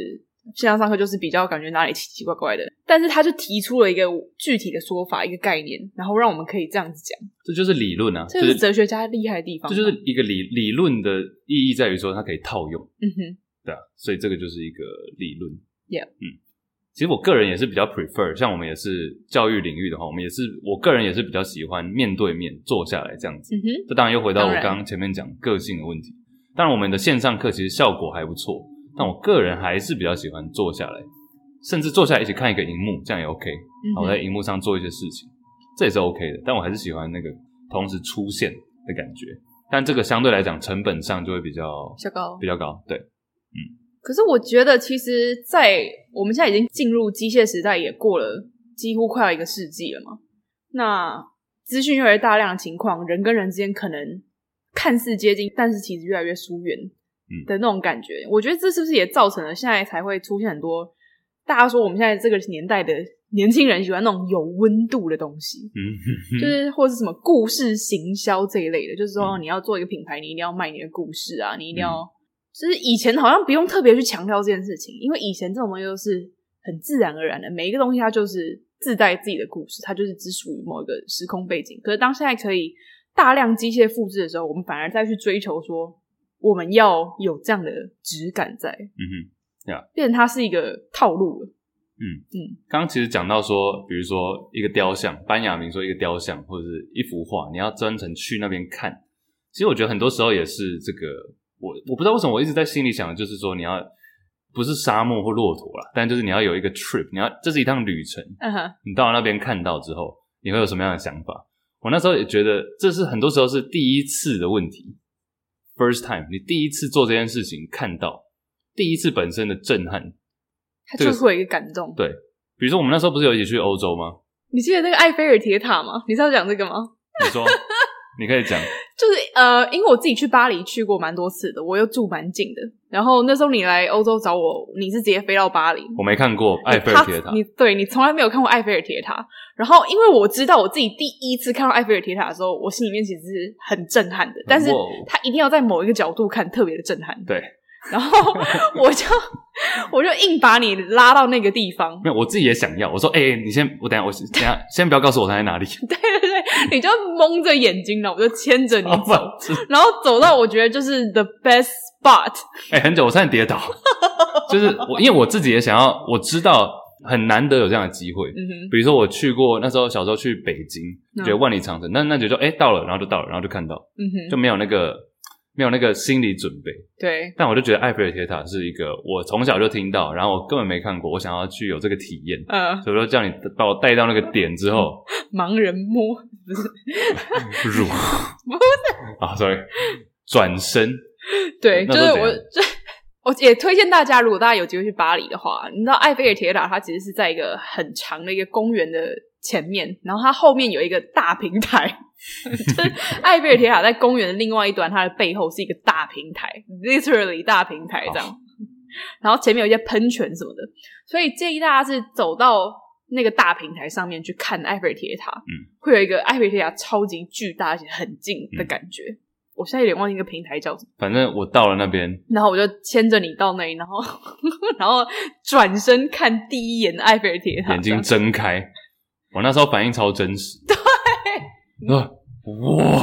线上上课就是比较感觉哪里奇奇怪怪的，但是他就提出了一个具体的说法，一个概念，然后让我们可以这样子讲。 这就是理论啊， 这就是哲学家厉害的地方。 这就是一个理理论的意义在于说它可以套用。 嗯哼， 对啊，所以这个就是一个理论。 Yeah， 嗯。其实我个人也是比较 prefer， 像我们也是教育领域的话，我们也是我个人也是比较喜欢面对面坐下来这样子。 嗯哼， 这当然又回到我刚刚前面讲个性的问题。当然我们的线上课其实效果还不错，但我个人还是比较喜欢坐下来，甚至坐下来一起看一个荧幕，这样也 OK。然后我在荧幕上做一些事情，这也是 OK 的。但我还是喜欢那个同时出现的感觉，但这个相对来讲成本上就会比较比较高， 比较高。对，嗯。 可是我觉得其实在我们现在已经进入机械时代，也过了几乎快要一个世纪了嘛，那资讯越来越大量的情况，人跟人之间可能看似接近，但是其实越来越疏远的那种感觉、嗯、我觉得这是不是也造成了现在才会出现很多大家说我们现在这个年代的年轻人喜欢那种有温度的东西、嗯、就是或是什么故事行销这一类的，就是说、嗯、你要做一个品牌，你一定要卖你的故事啊，你一定要、嗯就是以前好像不用特别去强调这件事情，因为以前这种东西都是很自然而然的，每一个东西它就是自带自己的故事，它就是只属于某一个时空背景。可是当现在可以大量机械复制的时候，我们反而再去追求说我们要有这样的质感在，嗯哼， yeah. 变成它是一个套路了。 嗯嗯，刚刚其实讲到说，比如说一个雕像，班雅明说一个雕像或者是一幅画，你要专程去那边看，其实我觉得很多时候也是这个我我不知道为什么我一直在心里想的就是说你要不是沙漠或骆驼啦，但就是你要有一个 trip， 你要这是一趟旅程、uh-huh. 你到了那边看到之后你会有什么样的想法。我那时候也觉得这是很多时候是第一次的问题， first time， 你第一次做这件事情看到第一次本身的震撼， 它就是会有一个感动、 这个、对，比如说我们那时候不是有一起去欧洲吗？ 你记得那个埃菲尔铁塔吗？你是要讲这个吗？ 你说你可以讲。 就是呃，因为我自己去巴黎去过蛮多次的，我又住蛮近的。然后那时候你来欧洲找我，你是直接飞到巴黎。 我没看过埃菲尔铁塔。 你对你从来没有看过埃菲尔铁塔。然后因为我知道我自己第一次看到埃菲尔铁塔的时候，我心里面其实是很震撼的，但是它一定要在某一个角度看特别的震撼。 对。然后我就我就硬把你拉到那个地方。 没有，我自己也想要。我说，哎、欸，你先，我等一下，我等一下，先不要告诉我他在哪里。 对对对，你就蒙着眼睛了，我就牵着你走，然后走到我觉得就是 the best spot。 哎、欸，很久，我差点跌倒。就是我，因为我自己也想要，我知道很难得有这样的机会。嗯哼。比如说我去过，那时候小时候去北京，嗯、觉得万里长城，那那就说，哎、欸，到了，然后就到了，然后就看到，嗯哼，就没有那个。没有那个心理准备， 对， 但我就觉得埃菲尔铁塔是一个我从小就听到，然后我根本没看过，我想要去有这个体验，嗯，所以我就叫你把我带到那个点之后， 盲人摸不是， 入不是啊 ，sorry， 转身， 对，就是我，就我也推荐大家，如果大家有机会去巴黎的话，你知道埃菲尔铁塔它其实是在一个很长的一个公园的前面，然后它后面有一个大平台。就是埃菲尔铁塔在公园的另外一端，它的背后是一个大平台 literally 大平台这样、oh. 然后前面有一些喷泉什么的，所以建议大家是走到那个大平台上面去看埃菲尔铁塔、嗯、会有一个埃菲尔铁塔超级巨大而且很近的感觉、嗯、我现在有点忘记那个平台叫什么， 反正我到了那边， 然后我就牵着你到那里，然后然后转身看第一眼的埃菲尔铁塔， 眼睛睁开，我那时候反应超真实， 对啊！哇！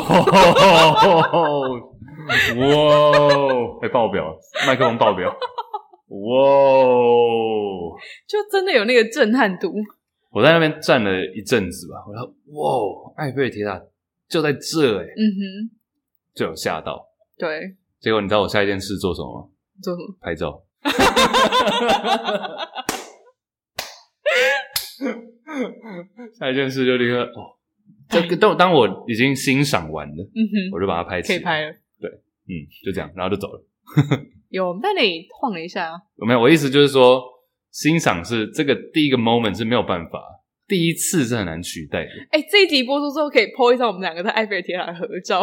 哇！被爆表，麦克风爆表！哇！ 就真的有那个震撼度。 我在那边站了一阵子吧，我说：“哇！埃菲尔铁塔就在这欸！”嗯哼，就有嚇到。 对。 结果你知道我下一件事做什么吗？ 做什么？ 拍照。下一件事就立刻哦。这个当当我已经欣赏完了，嗯哼，我就把它拍起来， 可以拍了。 对，嗯，就这样，然后就走了。 有，我们在那里晃了一下啊。 有没有？我意思就是说，欣赏是这个第一个 moment 是没有办法，第一次是很难取代的。 哎、欸，这一集播出之后可以 po 一张我们两个在埃菲尔铁塔的合照。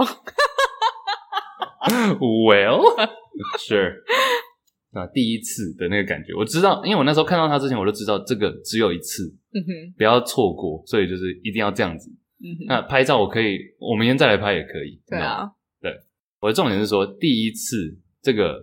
Well, sure。啊，第一次的那个感觉，我知道，因为我那时候看到他之前，我就知道这个只有一次，嗯哼，不要错过，所以就是一定要这样子。嗯哼，那拍照我可以，我明天再来拍也可以。 对啊， 对，我的重点是说，第一次这个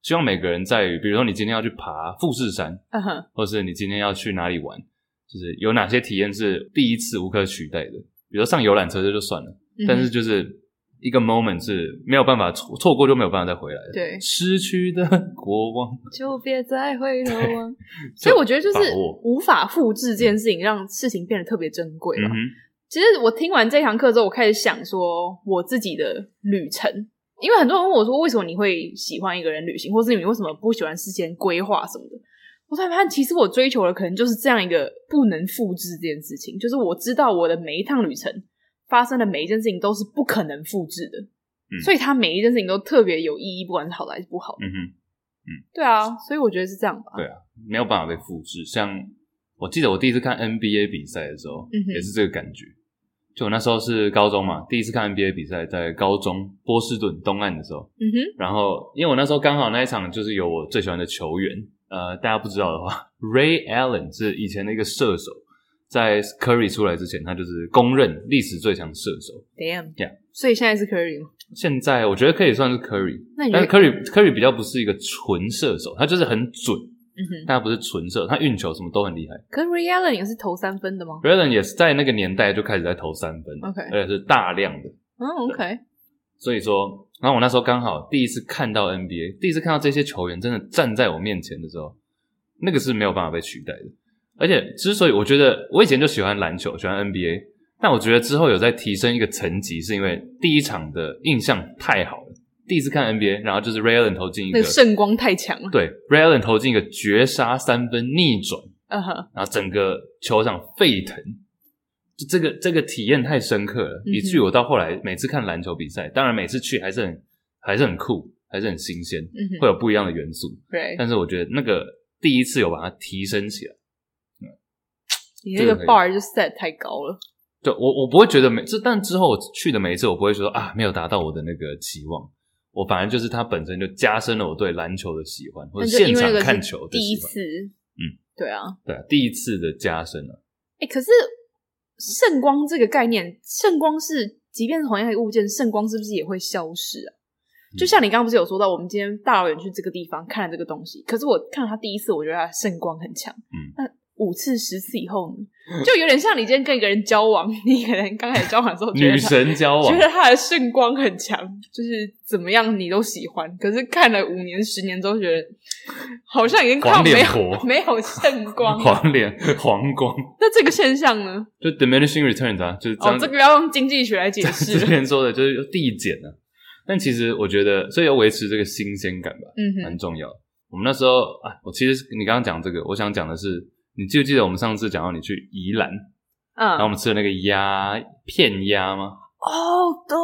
希望每个人在于比如说你今天要去爬富士山、 嗯哼， 或是你今天要去哪里玩，就是有哪些体验是第一次无可取代的，比如说上游览车这就算了、嗯、但是就是一个 moment 是没有办法错错过就没有办法再回来的。 对， 失去的国王就别再回头望。所以我觉得就是无法复制这件事情让事情变得特别珍贵吧、嗯、其实我听完这堂课之后我开始想说我自己的旅程，因为很多人问我说为什么你会喜欢一个人旅行，或是你为什么不喜欢事先规划什么的，我才发现其实我追求的可能就是这样一个不能复制这件事情，就是我知道我的每一趟旅程发生的每一件事情都是不可能复制的、嗯、所以它每一件事情都特别有意义，不管是好的还是不好的。嗯哼，嗯，对啊，所以我觉得是这样吧。 对啊，没有办法被复制。像我记得我第一次看 N B A 比赛的时候、嗯、也是这个感觉，就我那时候是高中嘛，第一次看 N B A 比赛在高中波士顿东岸的时候，嗯哼，然后因为我那时候刚好那一场就是有我最喜欢的球员，呃，大家不知道的话 Ray Allen 是以前的一个射手，在 Curry 出来之前他就是公认历史最强射手。 Damn yeah. 所以现在是 Curry 吗？ 现在我觉得可以算是 Curry， 但是 Curry Curry 比较不是一个纯射手，他就是很准，嗯哼，但他不是纯射，他运球什么都很厉害。 可是 Ray Allen 也是投三分的吗？ Ray Allen 也是在那个年代就开始在投三分 OK， 而且是大量的。 嗯、oh, OK， 所以说然后我那时候刚好第一次看到 N B A， 第一次看到这些球员真的站在我面前的时候，那个是没有办法被取代的。而且之所以我觉得我以前就喜欢篮球喜欢 N B A， 但我觉得之后有在提升一个层级，是因为第一场的印象太好了，第一次看 N B A， 然后就是 Ray Allen 投进一个， 那个圣光太强了， 对， Ray Allen 投进一个绝杀三分逆转， 嗯哼， 然后整个球场沸腾，就这个这个体验太深刻了、嗯、以至于我到后来每次看篮球比赛，当然每次去还是很还是很酷，还是很新鲜、嗯、会有不一样的元素，对，但是我觉得那个第一次有把它提升起来。 你那个 bar 就 set 太高了。 对，我我不会觉得每次，但之后我去的每一次我不会说啊没有达到我的那个期望，我反而就是它本身就加深了我对篮球的喜欢，或者现场看球的喜欢。第一次，嗯， 对啊， 对啊，第一次的加深了。 诶，可是圣光这个概念，圣光是即便是同样一个物件，圣光是不是也会消失啊？嗯、就像你刚刚不是有说到，我们今天大老远去这个地方看了这个东西，可是我看了它第一次，我觉得它圣光很强，嗯，那五次十次以后呢，就有点像你今天跟一个人交往，你可能刚开始交往的时候觉得女神交往， 觉得他的圣光很强，就是怎么样你都喜欢，可是看了五年十年之后觉得好像已经看没有没有圣光， 黄脸黄光。 那这个现象呢， 就 diminishing returns 啊，就是这样、 哦、这个要用经济学来解释。 之前说的就是递减啊，但其实我觉得所以要维持这个新鲜感吧，嗯，蛮重要的。我们那时候啊，我其实你刚刚讲这个，我想讲的是，你记不记得我们上次讲到你去宜兰，嗯，然后我们吃的那个鸭片鸭吗？ 哦，对。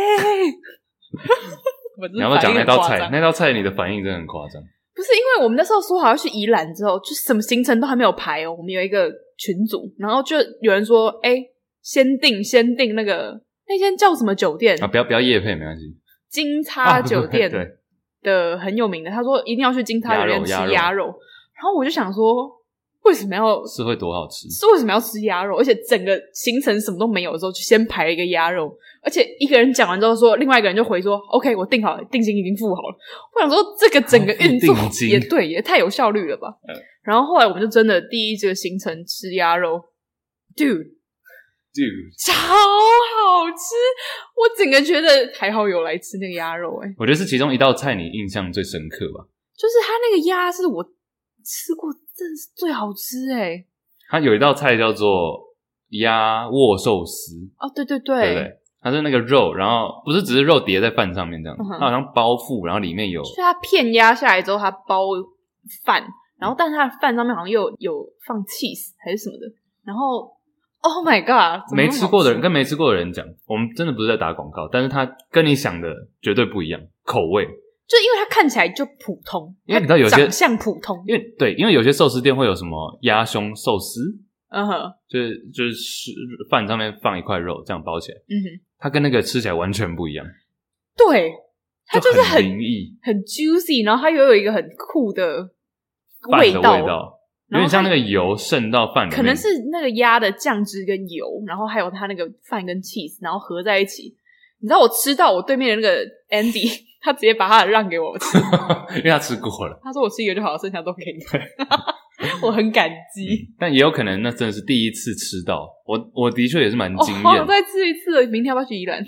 你要不要讲那道菜？那道菜你的反应真的很夸张。 不是，因为我们那时候说好要去宜兰之后，就什么行程都还没有排哦。我们有一个群组，然后就有人说：“哎，先订先订那个那间叫什么酒店啊？不要不要业配没关系。 金叉酒店、 啊、对的很有名的，他说一定要去金叉酒店吃鸭肉。鸭肉然后我就想说。”为什么要是会多好吃？ 是为什么要吃鸭肉？而且整个行程什么都没有的时候，就先排了一个鸭肉，而且一个人讲完之后说，另外一个人就回说 ：“OK， 我订好了，定金已经付好了。”我想说，这个整个运作也对，也太有效率了吧？嗯、然后后来我们就真的第一这个行程吃鸭肉 ，dude dude 超好吃，我整个觉得还好有来吃那个鸭肉、欸。哎， 我觉得是其中一道菜你印象最深刻吧？ 就是它那个鸭是我吃过。真的是最好吃欸。 它有一道菜叫做鸭握寿司。 哦，对对对， 对不对？它是那个肉，然后不是只是肉叠在饭上面这样，嗯、它好像包覆，然后里面有， 就是它片压下来之后，它包饭，然后但是它的饭上面好像又有, 有放 cheese 还是什么的，然后 Oh my god， 没吃过的人跟没吃过的人讲，我们真的不是在打广告，但是它跟你想的绝对不一样，口味。 就因为它看起来就普通， 因为你知道有些长相普通， 因为对，因为有些寿司店会有什么鸭胸寿司， 嗯哼， 就是就是饭上面放一块肉这样包起来， 嗯哼， 它跟那个吃起来完全不一样。 对，它就是很灵异、 很 juicy， 然后它又有一个很酷的味道，味道有点像那个油渗到饭里面， 可能是那个鸭的酱汁跟油，然后还有它那个饭跟 cheese， 然后合在一起。你知道我吃到我对面的那个 Andy。 他直接把他的让给我吃， 因为他吃过了。 他说我吃一个就好了，剩下都给你。我很感激、 嗯，但也有可能那真的是第一次吃到。我我的确也是蛮惊艳。 哦，我再吃一次，明天要不要去宜兰？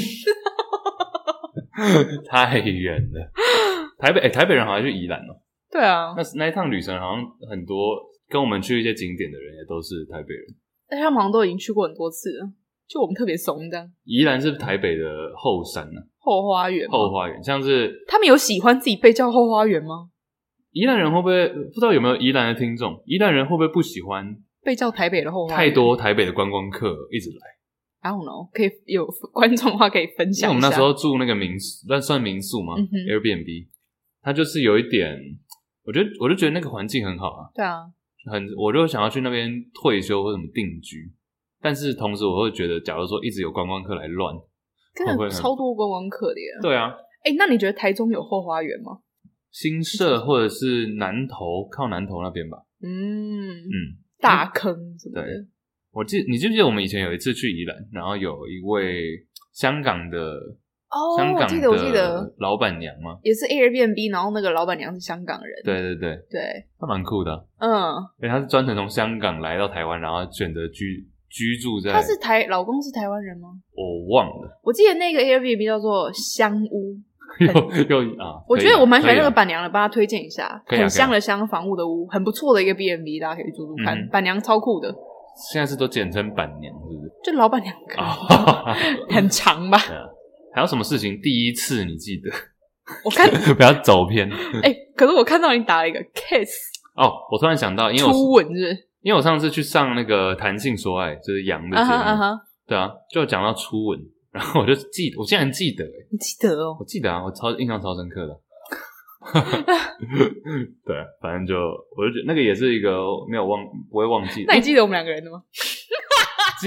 太远了，台北哎、欸，台北人好像去宜兰哦。 对啊， 那那一趟旅程好像很多跟我们去一些景点的人也都是台北人， 但他们好像都已经去过很多次了，就我们特别怂这样。 宜兰是台北的后山啊， 后花园， 后花园像是他们有喜欢自己被叫后花园吗？ 宜兰人会不会不知道有没有宜兰的听众？宜兰人会不会不喜欢被叫台北的后花园？ 太多台北的观光客一直来。 I don't know， 可以有观众的话可以分享一下。 因为我们那时候住那个民宿，那算民宿吗、嗯、？Airbnb， 它就是有一点，我觉得我就觉得那个环境很好啊。 对啊， 很，我就想要去那边退休或什么定居，但是同时我会觉得，假如说一直有观光客来乱， 真的超多观光客的耶。 对啊， 哎、欸，那你觉得台中有后花园吗？ 新社或者是南投，靠南投那边吧。 嗯嗯， 大坑什么的。 对，我记，你记不记得我们以前有一次去宜兰，然后有一位香港的哦， 香港我记得我记得老板娘吗？ 也是 Airbnb， 然后那个老板娘是香港人。 对对对对， 她蛮酷的、啊。 嗯， 因为她是专程从香港来到台湾，然后选择居居住在。 她是台老公是台湾人吗？ 我忘了。 我记得那个 Airbnb 叫做香屋。 又又啊！ 我觉得我蛮喜欢那个板娘的，帮她推荐一下， 啊、 很香的香房屋的屋，很不错的一个 B and B， 大家可以住住看。嗯、板娘超酷的， 现在是都简称板娘，是不是？ 就老板娘可以，哦、很长吧？ 对啊。还有什么事情第一次你记得？ 我看不要走偏。 哎、欸，可是我看到你打了一个 kiss。 哦，我突然想到，因为我初吻是不是？ 因为我上次去上那个谈性说爱，就是杨的节目， uh-huh, uh-huh. 对啊，就讲到初吻。然后我就记得，我竟然记得、欸， 你记得哦？ 我记得啊，我超印象超深刻的。对，反正就我就觉得那个也是一个没有忘不会忘记的。 那你记得我们两个人的吗？ 记。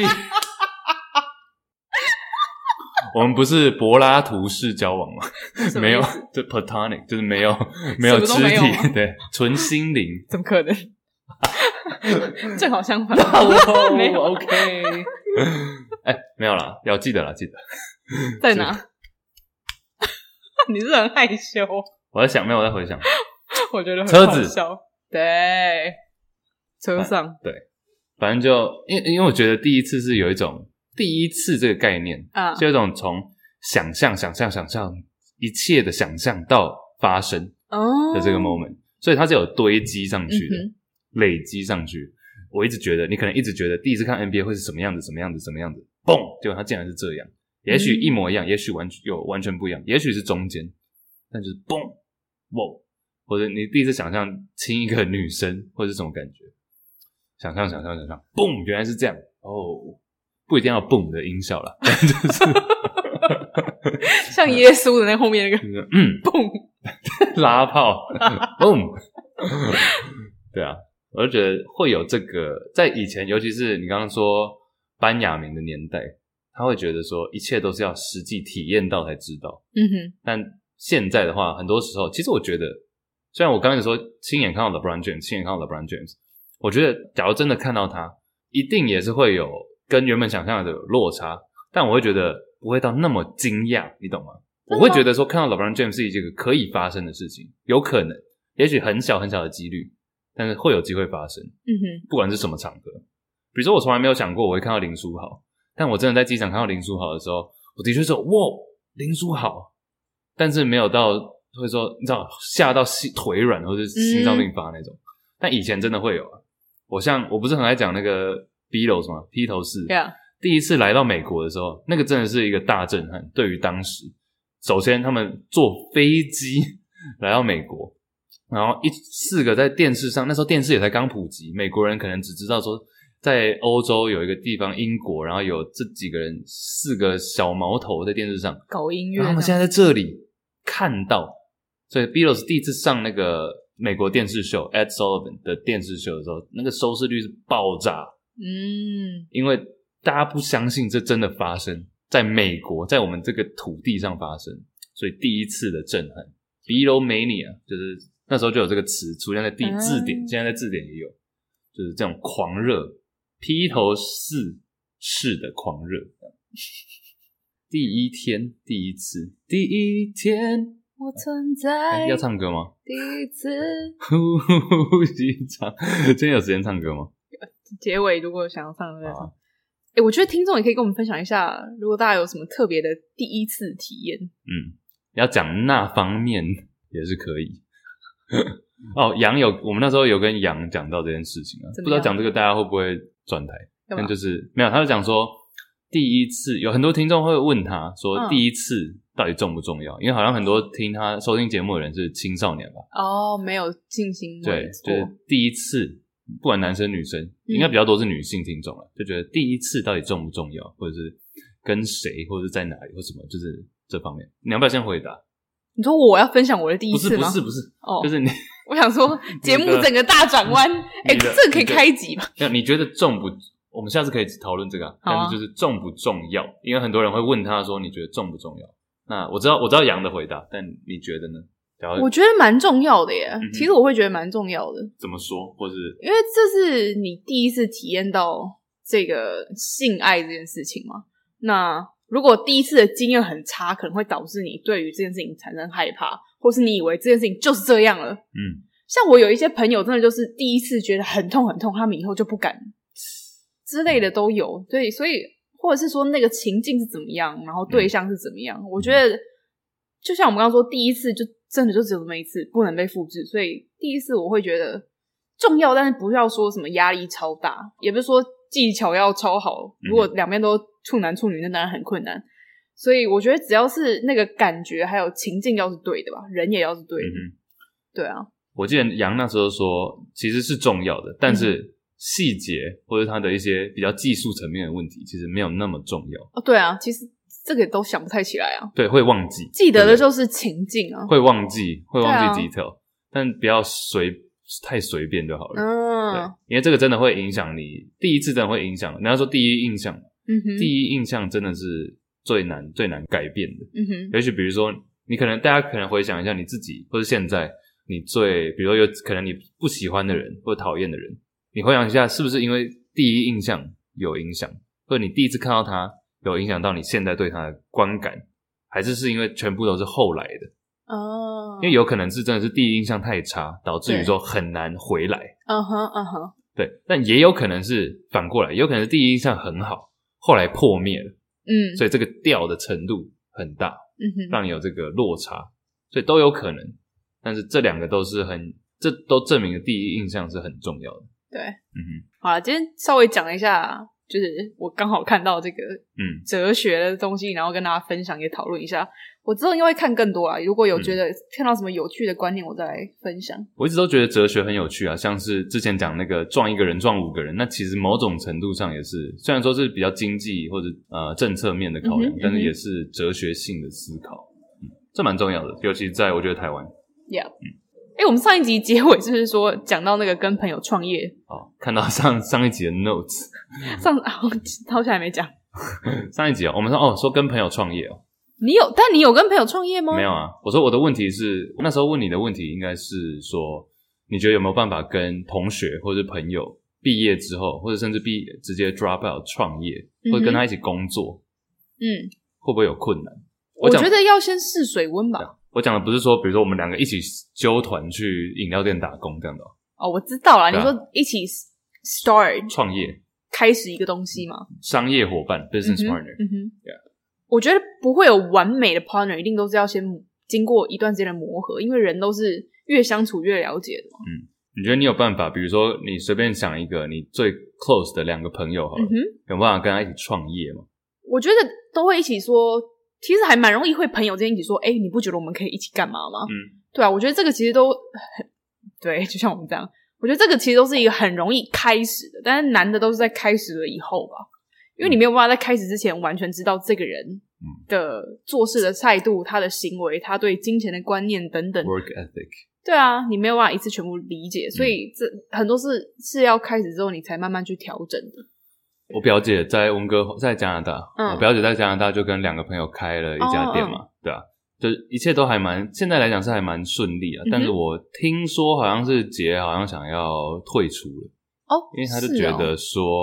我们不是柏拉图式交往吗？没有，就 platonic， 就是没有没有肢体，对，纯心灵。 怎么可能？正好相反。 哦、 没有 ，OK。哎、欸，没有啦，要记得啦，记得。 在哪？你是很害羞。 我在想，没有，我在回想。 我觉得很车子， 对，车上， 对，反正就因为因为我觉得第一次是有一种第一次这个概念啊，就有一种从想象、想象、想象一切的想象到发生的这个 moment，、哦、所以它是有堆积上去的，嗯、累积上去。我一直觉得，你可能一直觉得第一次看 N B A 会是什么样子，什么样子，什么样子。嘣！结果它竟然是这样，也許一模一样，嗯、也許完全有完全不一样，也許是中間，但就是嘣，哇！或者你第一次想象親一個女生，或者是什麼感覺？想象，想象，想象，嘣！原來是這樣哦，不一定要嘣的音效啦，但就是像耶穌的那後面那個， 嗯， 嘣， 拉炮，嘣，對啊，我就覺得會有這個，在以前，尤其是你剛剛說班雅明的年代，他會覺得說一切都是要實際體驗到才知道。嗯哼。但現在的話，很多時候，其實我覺得，雖然我剛開始說親眼看到 LeBron James， 親眼看到 LeBron James， 我覺得假如真的看到他，一定也是會有跟原本想象的有落差，但我會覺得不會到那麼驚訝，你懂嗎？我會覺得說看到 LeBron James 是一個可以發生的事情，有可能，也許很小很小的幾率，但是會有機會發生。嗯哼。不管是什麼場合。比如說我從來沒有想過我會看到林書豪，但我真的在機場看到林書豪的時候，我的確說哇林書豪，但是沒有到會說你知道嚇到腿軟或者心臟病發那種、嗯、但以前真的會有啊。我像我不是很愛講那個 Beatles 嗎？披頭士 Yeah. 第一次來到美國的時候，那個真的是一個大震撼，對於當時首先他們坐飛機來到美國，然後一四個在電視上，那時候電視也才剛普及，美國人可能只知道說在歐洲有一個地方英國，然後有這幾個人四個小毛頭在電視上搞音樂， 然後他們現在在這裡看到，所以 Beatles 第一次上那個美國電視秀 Ed Sullivan 的電視秀的時候，那個收視率是爆炸，嗯，因為大家不相信這真的發生在美國，在我們這個土地上發生，所以第一次的震撼 Beatlemania 就是那時候就有這個詞出現在第字典、嗯、現在在字典也有，就是這種狂熱披頭士式的狂熱， 第一天，第一次，第一天我存在、 欸、要唱歌吗？ 第一次呼吸唱今天有时间唱歌吗？ 结尾如果想要唱就再唱、 啊欸、我觉得听众也可以跟我们分享一下，如果大家有什么特别的第一次体验。 嗯，要讲那方面也是可以哦，杨有我们那时候有跟杨讲到这件事情啊，不知道讲这个大家会不会转台，但就是没有，他就讲说第一次有很多听众会问他说第一次到底重不重要、嗯、因为好像很多听他收听节目的人是青少年吧。 哦，没有进行对，就是第一次不管男生女生、嗯、应该比较多是女性听众了，就觉得第一次到底重不重要，或者是跟谁或者是在哪里或什么，就是这方面你要不要先回答？ 你说我要分享我的第一次吗？ 不是不是不是、 哦、 就是你我想说节目整个大转弯诶、欸、这个可以开一集吧？ 没有，你觉得重不我们下次可以讨论这个、啊、但是就是重不重要，因为很多人会问他说你觉得重不重要。那我知道我知道杨的回答，但你觉得呢？ 我觉得蛮重要的耶、嗯、其实我会觉得蛮重要的。 怎么说？或是因为这是你第一次体验到这个性爱这件事情嘛，那如果第一次的经验很差，可能会导致你对于这件事情产生害怕，或是你以为这件事情就是这样了。 嗯， 像我有一些朋友真的就是第一次觉得很痛很痛，他们以后就不敢之类的都有。对，所以或者是说那个情境是怎么样，然后对象是怎么样、嗯、我觉得就像我们刚刚说第一次就真的就只有这么一次，不能被复制，所以第一次我会觉得重要，但是不要说什么压力超大，也不是说技巧要超好，如果两边都处男处女那当然很困难，所以我觉得只要是那个感觉还有情境要是对的吧，人也要是对的、嗯、对啊。 我记得杨那时候说其实是重要的，但是细节或者他的一些比较技术层面的问题其实没有那么重要。 哦，对啊，其实这个都想不太起来啊。 对，会忘记， 记得的就是情境啊， 会忘记会忘记 detail、啊、但不要随太随便就好了。嗯，对，因为这个真的会影响你第一次，真的会影响人家说第一印象，嗯哼，第一印象真的是最难最难改变的。嗯哼，尤其比如说你可能大家可能回想一下你自己，或是现在你最比如说有可能你不喜欢的人或者讨厌的人，你回想一下是不是因为第一印象有影响，或者你第一次看到他有影响到你现在对他的观感，还是是因为全部都是后来的。哦，因为有可能是真的是第一印象太差，导致于说很难回来。嗯哼嗯哼，对，但也有可能是反过来，有可能是第一印象很好，后来破灭了。嗯，所以这个掉的程度很大，嗯哼，让你有这个落差，所以都有可能。但是这两个都是很，这都证明了第一印象是很重要的。对，嗯哼，好了，今天稍微讲一下，就是我刚好看到这个嗯哲学的东西，然后跟大家分享也讨论一下。我之后应该会看更多啦，如果有觉得看到什么有趣的观念，我再来分享。我一直都觉得哲学很有趣啊，像是之前讲那个撞一个人撞五个人，那其实某种程度上也是，虽然说是比较经济或者呃政策面的考量，嗯、但是也是哲学性的思考，嗯，这蛮重要的，尤其在我觉得台湾。Yeah， 嗯，哎、欸，我们上一集结尾是不是说讲到那个跟朋友创业？哦，看到上上一集的 notes， 上好像还没讲。上一集哦，我们说哦说跟朋友创业哦。你有，但你有跟朋友创业吗？没有啊。我说我的问题是，那时候问你的问题应该是说，你觉得有没有办法跟同学或者朋友毕业之后，或者甚至毕业直接 drop out 创业，嗯、或者跟他一起工作，嗯，会不会有困难？我, 我觉得要先试水温吧。我讲的不是说，比如说我们两个一起揪团去饮料店打工这样的。哦，我知道啦，你说一起 start 创业，开始一个东西嘛？商业伙伴 ，business partner，嗯哼，对啊。我觉得不会有完美的 partner， 一定都是要先经过一段时间的磨合，因为人都是越相处越了解的嘛。嗯，你觉得你有办法，比如说你随便想一个你最 close 的两个朋友好了，嗯、有办法跟他一起创业吗？我觉得都会一起说，其实还蛮容易会朋友之间一起说，诶，你不觉得我们可以一起干嘛吗？嗯，对啊，我觉得这个其实都很对，就像我们这样，我觉得这个其实都是一个很容易开始的，但是难的都是在开始了以后吧。因为你没有办法在开始之前完全知道这个人的做事的态度、他的行为、他对金钱的观念等等 work ethic， 对啊，你没有办法一次全部理解，所以这很多事是要开始之后你才慢慢去调整的。我表姐在温哥在加拿大，嗯，我表姐在加拿大就跟两个朋友开了一家店嘛，哦、对啊，就一切都还蛮，现在来讲是还蛮顺利啊、嗯。但是我听说好像是杰好像想要退出了哦，因为他就觉得说。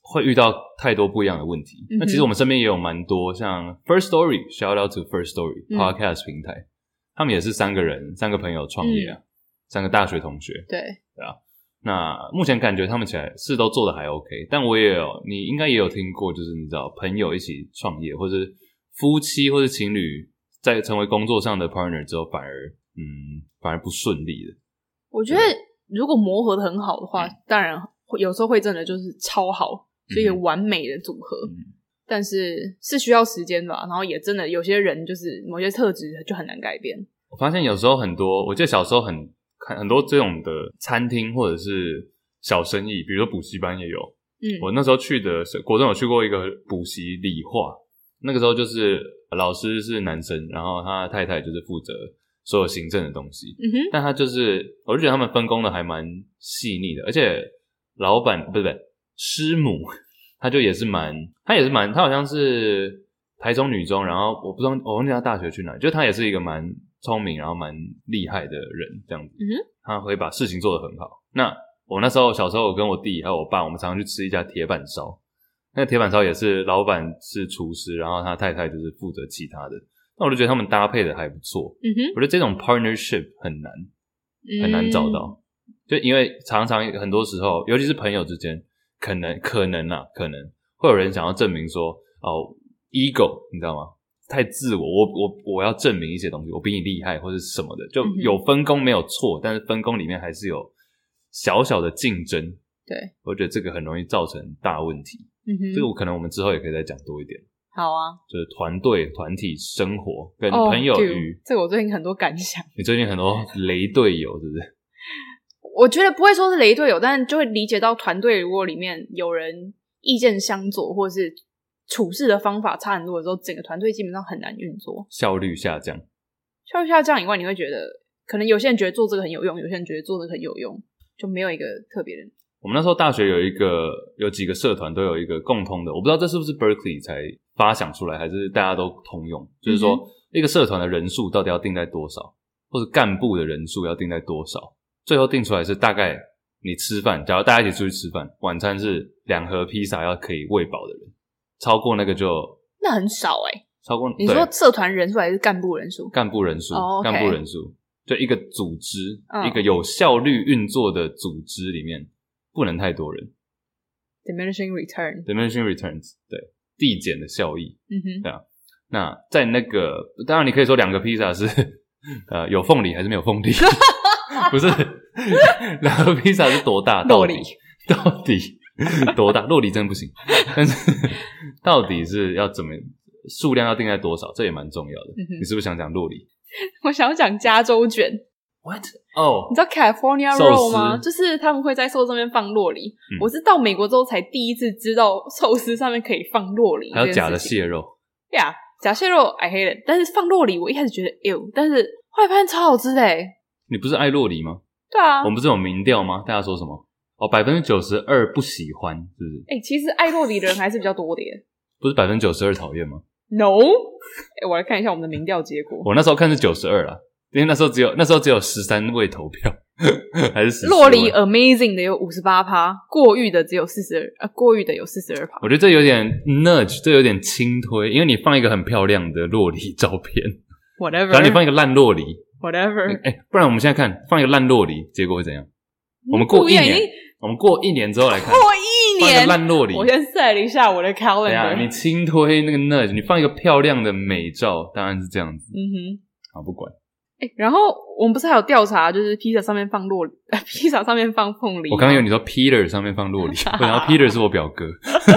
会遇到太多不一样的问题。 嗯、 那其实我们身边也有蛮多像 First Story shout out to First Story、 嗯、 podcast 平台，他们也是三个人三个朋友创业啊、嗯、三个大学同学。 对对啊，那目前感觉他们起来是都做得还 OK， 但我也有你应该也有听过，就是你知道朋友一起创业或是夫妻或是情侣在成为工作上的 partner 之后反而嗯反而不顺利的。 我觉得如果磨合得很好的话、嗯、当然有时候会真的就是超好，是一个完美的组合、嗯、但是是需要时间吧，然后也真的有些人就是某些特质就很难改变。 我发现有时候很多我记得小时候很很多这种的餐厅或者是小生意，比如说补习班也有。嗯，我那时候去的国中有去过一个补习理化，那个时候就是老师是男生，然后他的太太就是负责所有行政的东西。嗯哼，但他就是我就觉得他们分工的还蛮细腻的，而且老板不是不是师母，他就也是蛮他也是蛮他好像是台中女中，然后我不知道我忘记他大学去哪里，就他也是一个蛮聪明然后蛮厉害的人这样子。嗯哼，他会把事情做得很好。那我那时候小时候我跟我弟还有我爸，我们常常去吃一家铁板烧，那个铁板烧也是老板是厨师，然后他太太就是负责其他的，那我就觉得他们搭配的还不错。嗯哼，我觉得这种 partnership 很难很难找到、嗯、就因为常常很多时候尤其是朋友之间可能可能啊可能会有人想要证明说哦 ego 你知道吗，太自我，我我我要证明一些东西，我比你厉害或是什么的，就有分工没有错、嗯、但是分工里面还是有小小的竞争。 对， 我觉得这个很容易造成大问题。嗯哼，这个可能我们之后也可以再讲多一点。 好啊， 就是团队团体生活跟朋友与、 oh, 这个我最近很多感想。 你最近很多雷队友是不是？ 我觉得不会说是雷队友，但就会理解到团队如果里面有人意见相左或是处事的方法差很多的时候，整个团队基本上很难运作， 效率下降。 效率下降以外，你会觉得可能有些人觉得做这个很有用，有些人觉得做这个很有用，就没有一个特别的。 我们那时候大学有一个有几个社团都有一个共通的，我不知道这是不是 Berkeley 才发想出来还是大家都通用，就是说、嗯、一个社团的人数到底要定在多少，或者干部的人数要定在多少，最后定出来是大概你吃饭，假如大家一起出去吃饭，晚餐是两盒披萨要可以喂饱的人，超过那个就那很少欸。 超过你说社团人数还是干部人数？ 干部人数、oh, okay. 干部人数，就一个组织、嗯、一个有效率运作的组织里面不能太多人。 Diminishing return Diminishing returns 对，递减的效益。嗯哼，对啊。那在那个当然你可以说两个披萨是呃有凤梨还是没有凤梨不是两个披萨是多大到底到底多大酪梨真的不行但是到底是要怎么数量要定在多少，这也蛮重要的、嗯、你是不是想讲酪梨？ 我想要讲加州卷。 What? 哦、oh, 你知道 California roll 吗？就是他们会在寿司上面放酪梨、嗯、我是到美国之后才第一次知道寿司上面可以放酪梨， 还有假的蟹肉。 对啊，假蟹肉 I hate it， 但是放酪梨我一开始觉得 ew， 但是后来发现超好吃的耶。 你不是爱酪梨吗？ 对啊， 我们不是有民调吗？大家说什么？哦 百分之九十二 不喜欢，是不是？ 诶、欸、其实爱酪梨的人还是比较多的耶。不是 百分之九十二 讨厌吗？ No。 欸、我来看一下我们的民调结果。 我那时候看是九十二啦，因为那时候只有那时候只有十三位投票还是十四位。 酪梨 amazing 的有 百分之五十八， 过誉的只有四十二，呃过誉的有 百分之四十二。 我觉得这有点 nudge， 这有点轻推，因为你放一个很漂亮的酪梨照片 whatever， 然后你放一个烂酪梨 whatever， 哎、欸，不然我们现在看放一个烂酪梨结果会怎样？我们过一年我们过一年之后来看， 过一年放一个烂酪梨。 我先 set 一下我的 calendar。 等一下你轻推那个 nudge， 你放一个漂亮的美照，当然是这样子。嗯哼，好，不管。 欸、然后我们不是还有调查，就是披萨上面放酪梨，呃，披萨上面放凤梨。 我刚刚有你说 Peter 上面放酪梨然后 Peter 是我表哥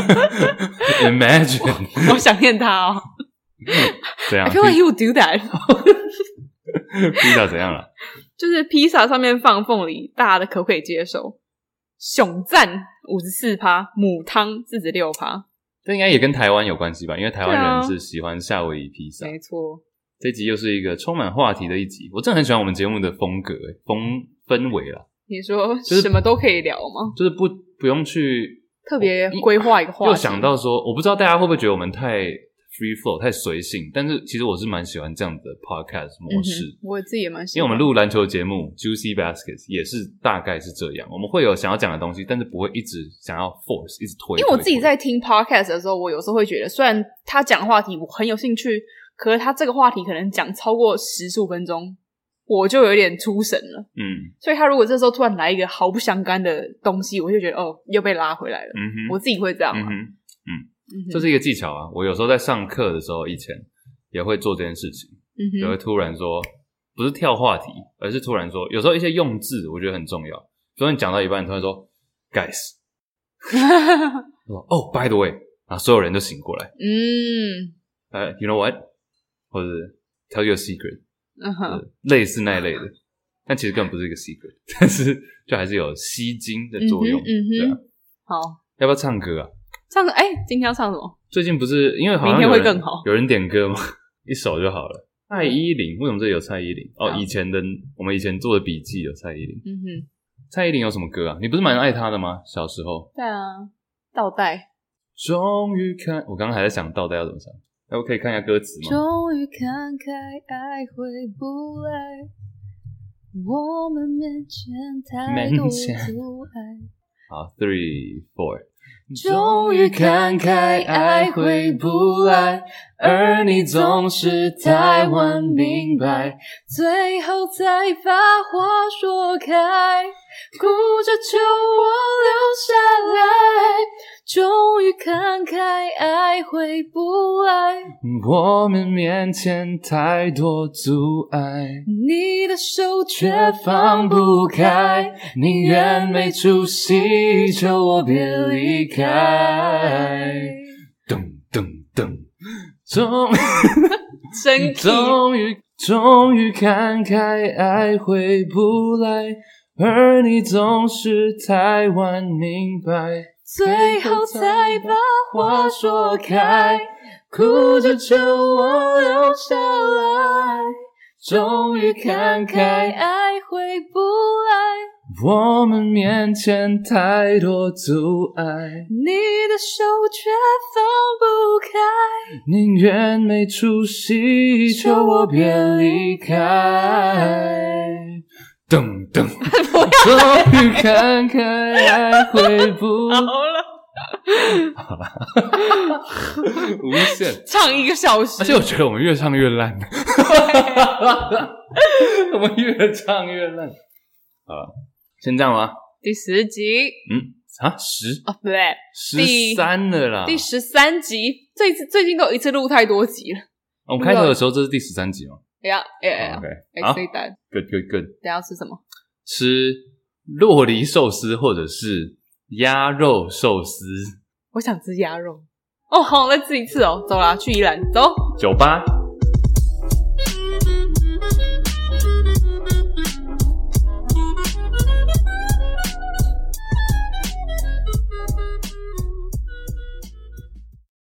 Imagine 我想念他哦怎样 I feel like he would do that 披萨怎样了？ 就是披萨上面放凤梨，大家的可不可以接受？熊赞 百分之五十四， 母汤 百分之四十六。 这应该也跟台湾有关系吧，因为台湾人是喜欢夏威夷披萨。 没错， 这集又是一个充满话题的一集，我真的很喜欢我们节目的风格风氛围啦。 你说、就是、什么都可以聊吗？ 就是不不用去特别规划一个话题。 又想到说，我不知道大家会不会觉得我们太 free flow 太随性，但是其实我是蛮喜欢这样的 podcast 模式、 嗯、我自己也蛮喜欢， 因为我们录篮球节目 Juicy Baskets 也是大概是这样，我们会有想要讲的东西，但是不会一直想要 force 一直推， 因为我自己在听 podcast 的时候，我有时候会觉得虽然他讲话题我很有兴趣，可是他这个话题可能讲超过十五分钟我就有点出神了，嗯，所以他如果这时候突然来一个毫不相干的东西，我就觉得哦，又被拉回来了。嗯哼，我自己会这样嘛。嗯哼， 嗯，嗯哼，这是一个技巧啊。我有时候在上课的时候，以前也会做这件事情，嗯哼，也会突然说，不是跳话题，而是突然说，有时候一些用字我觉得很重要。比如说你讲到一半，你突然说 ，guys， 说哦 ，by the way， 然后所有人都醒过来，嗯，呃、uh, ，you know what， 或者 tell you a secret。嗯哼，类似那一类的，但其实根本不是一个 secret， 但是就还是有吸睛的作用。嗯哼，嗯哼，对啊。好，要不要唱歌啊？ 唱歌，哎、欸，今天要唱什么？ 最近不是因为好像明天会更好， 有人点歌吗？一首就好了。蔡依林，为什么这里有蔡依林？哦，以前的我们以前做的笔记有蔡依林。嗯哼，蔡依林有什么歌啊？你不是蛮爱她的吗？小时候。 对啊，倒带。 终于看，我刚刚还在想倒带要怎么唱。那我可以看一下歌词吗？ 终于看开，爱回不来，我们面前太多阻碍。 好 ，three four。 终于看开，爱回不来，而你总是太晚明白，最后才把话说开，哭着求我留下来。终于看开，爱回不来， 我们面前太多阻碍， 你的手却放不开，宁愿没出息，求我别离开。 噔噔噔，终真终于终于看开，爱回不来，而你总是太晚明白， 最后才把话说开，哭着求我留下来。终于看开，爱回不来， 我们面前太多阻碍， 你的手却放不开， 宁愿没出息，求我别离开。噔噔，终于看开，爱回不来。 好了， 好了，无限唱一个小时， 而且我觉得我们越唱越烂，我们越唱越烂。好了，先这样吗？ 第十集， 嗯啊十哦不对， 十三了啦， 第十三集，这一次最近都有一次录太多集了。 我们开头的时候这是第十三集吗？ 呀呀 ，OK， 好 ，say that， good good good。 等一下要吃什么？ 吃酪梨寿司或者是鸭肉寿司。 我想吃鸭肉。哦，好，再吃一次哦。走啦，去宜兰，走。 酒吧。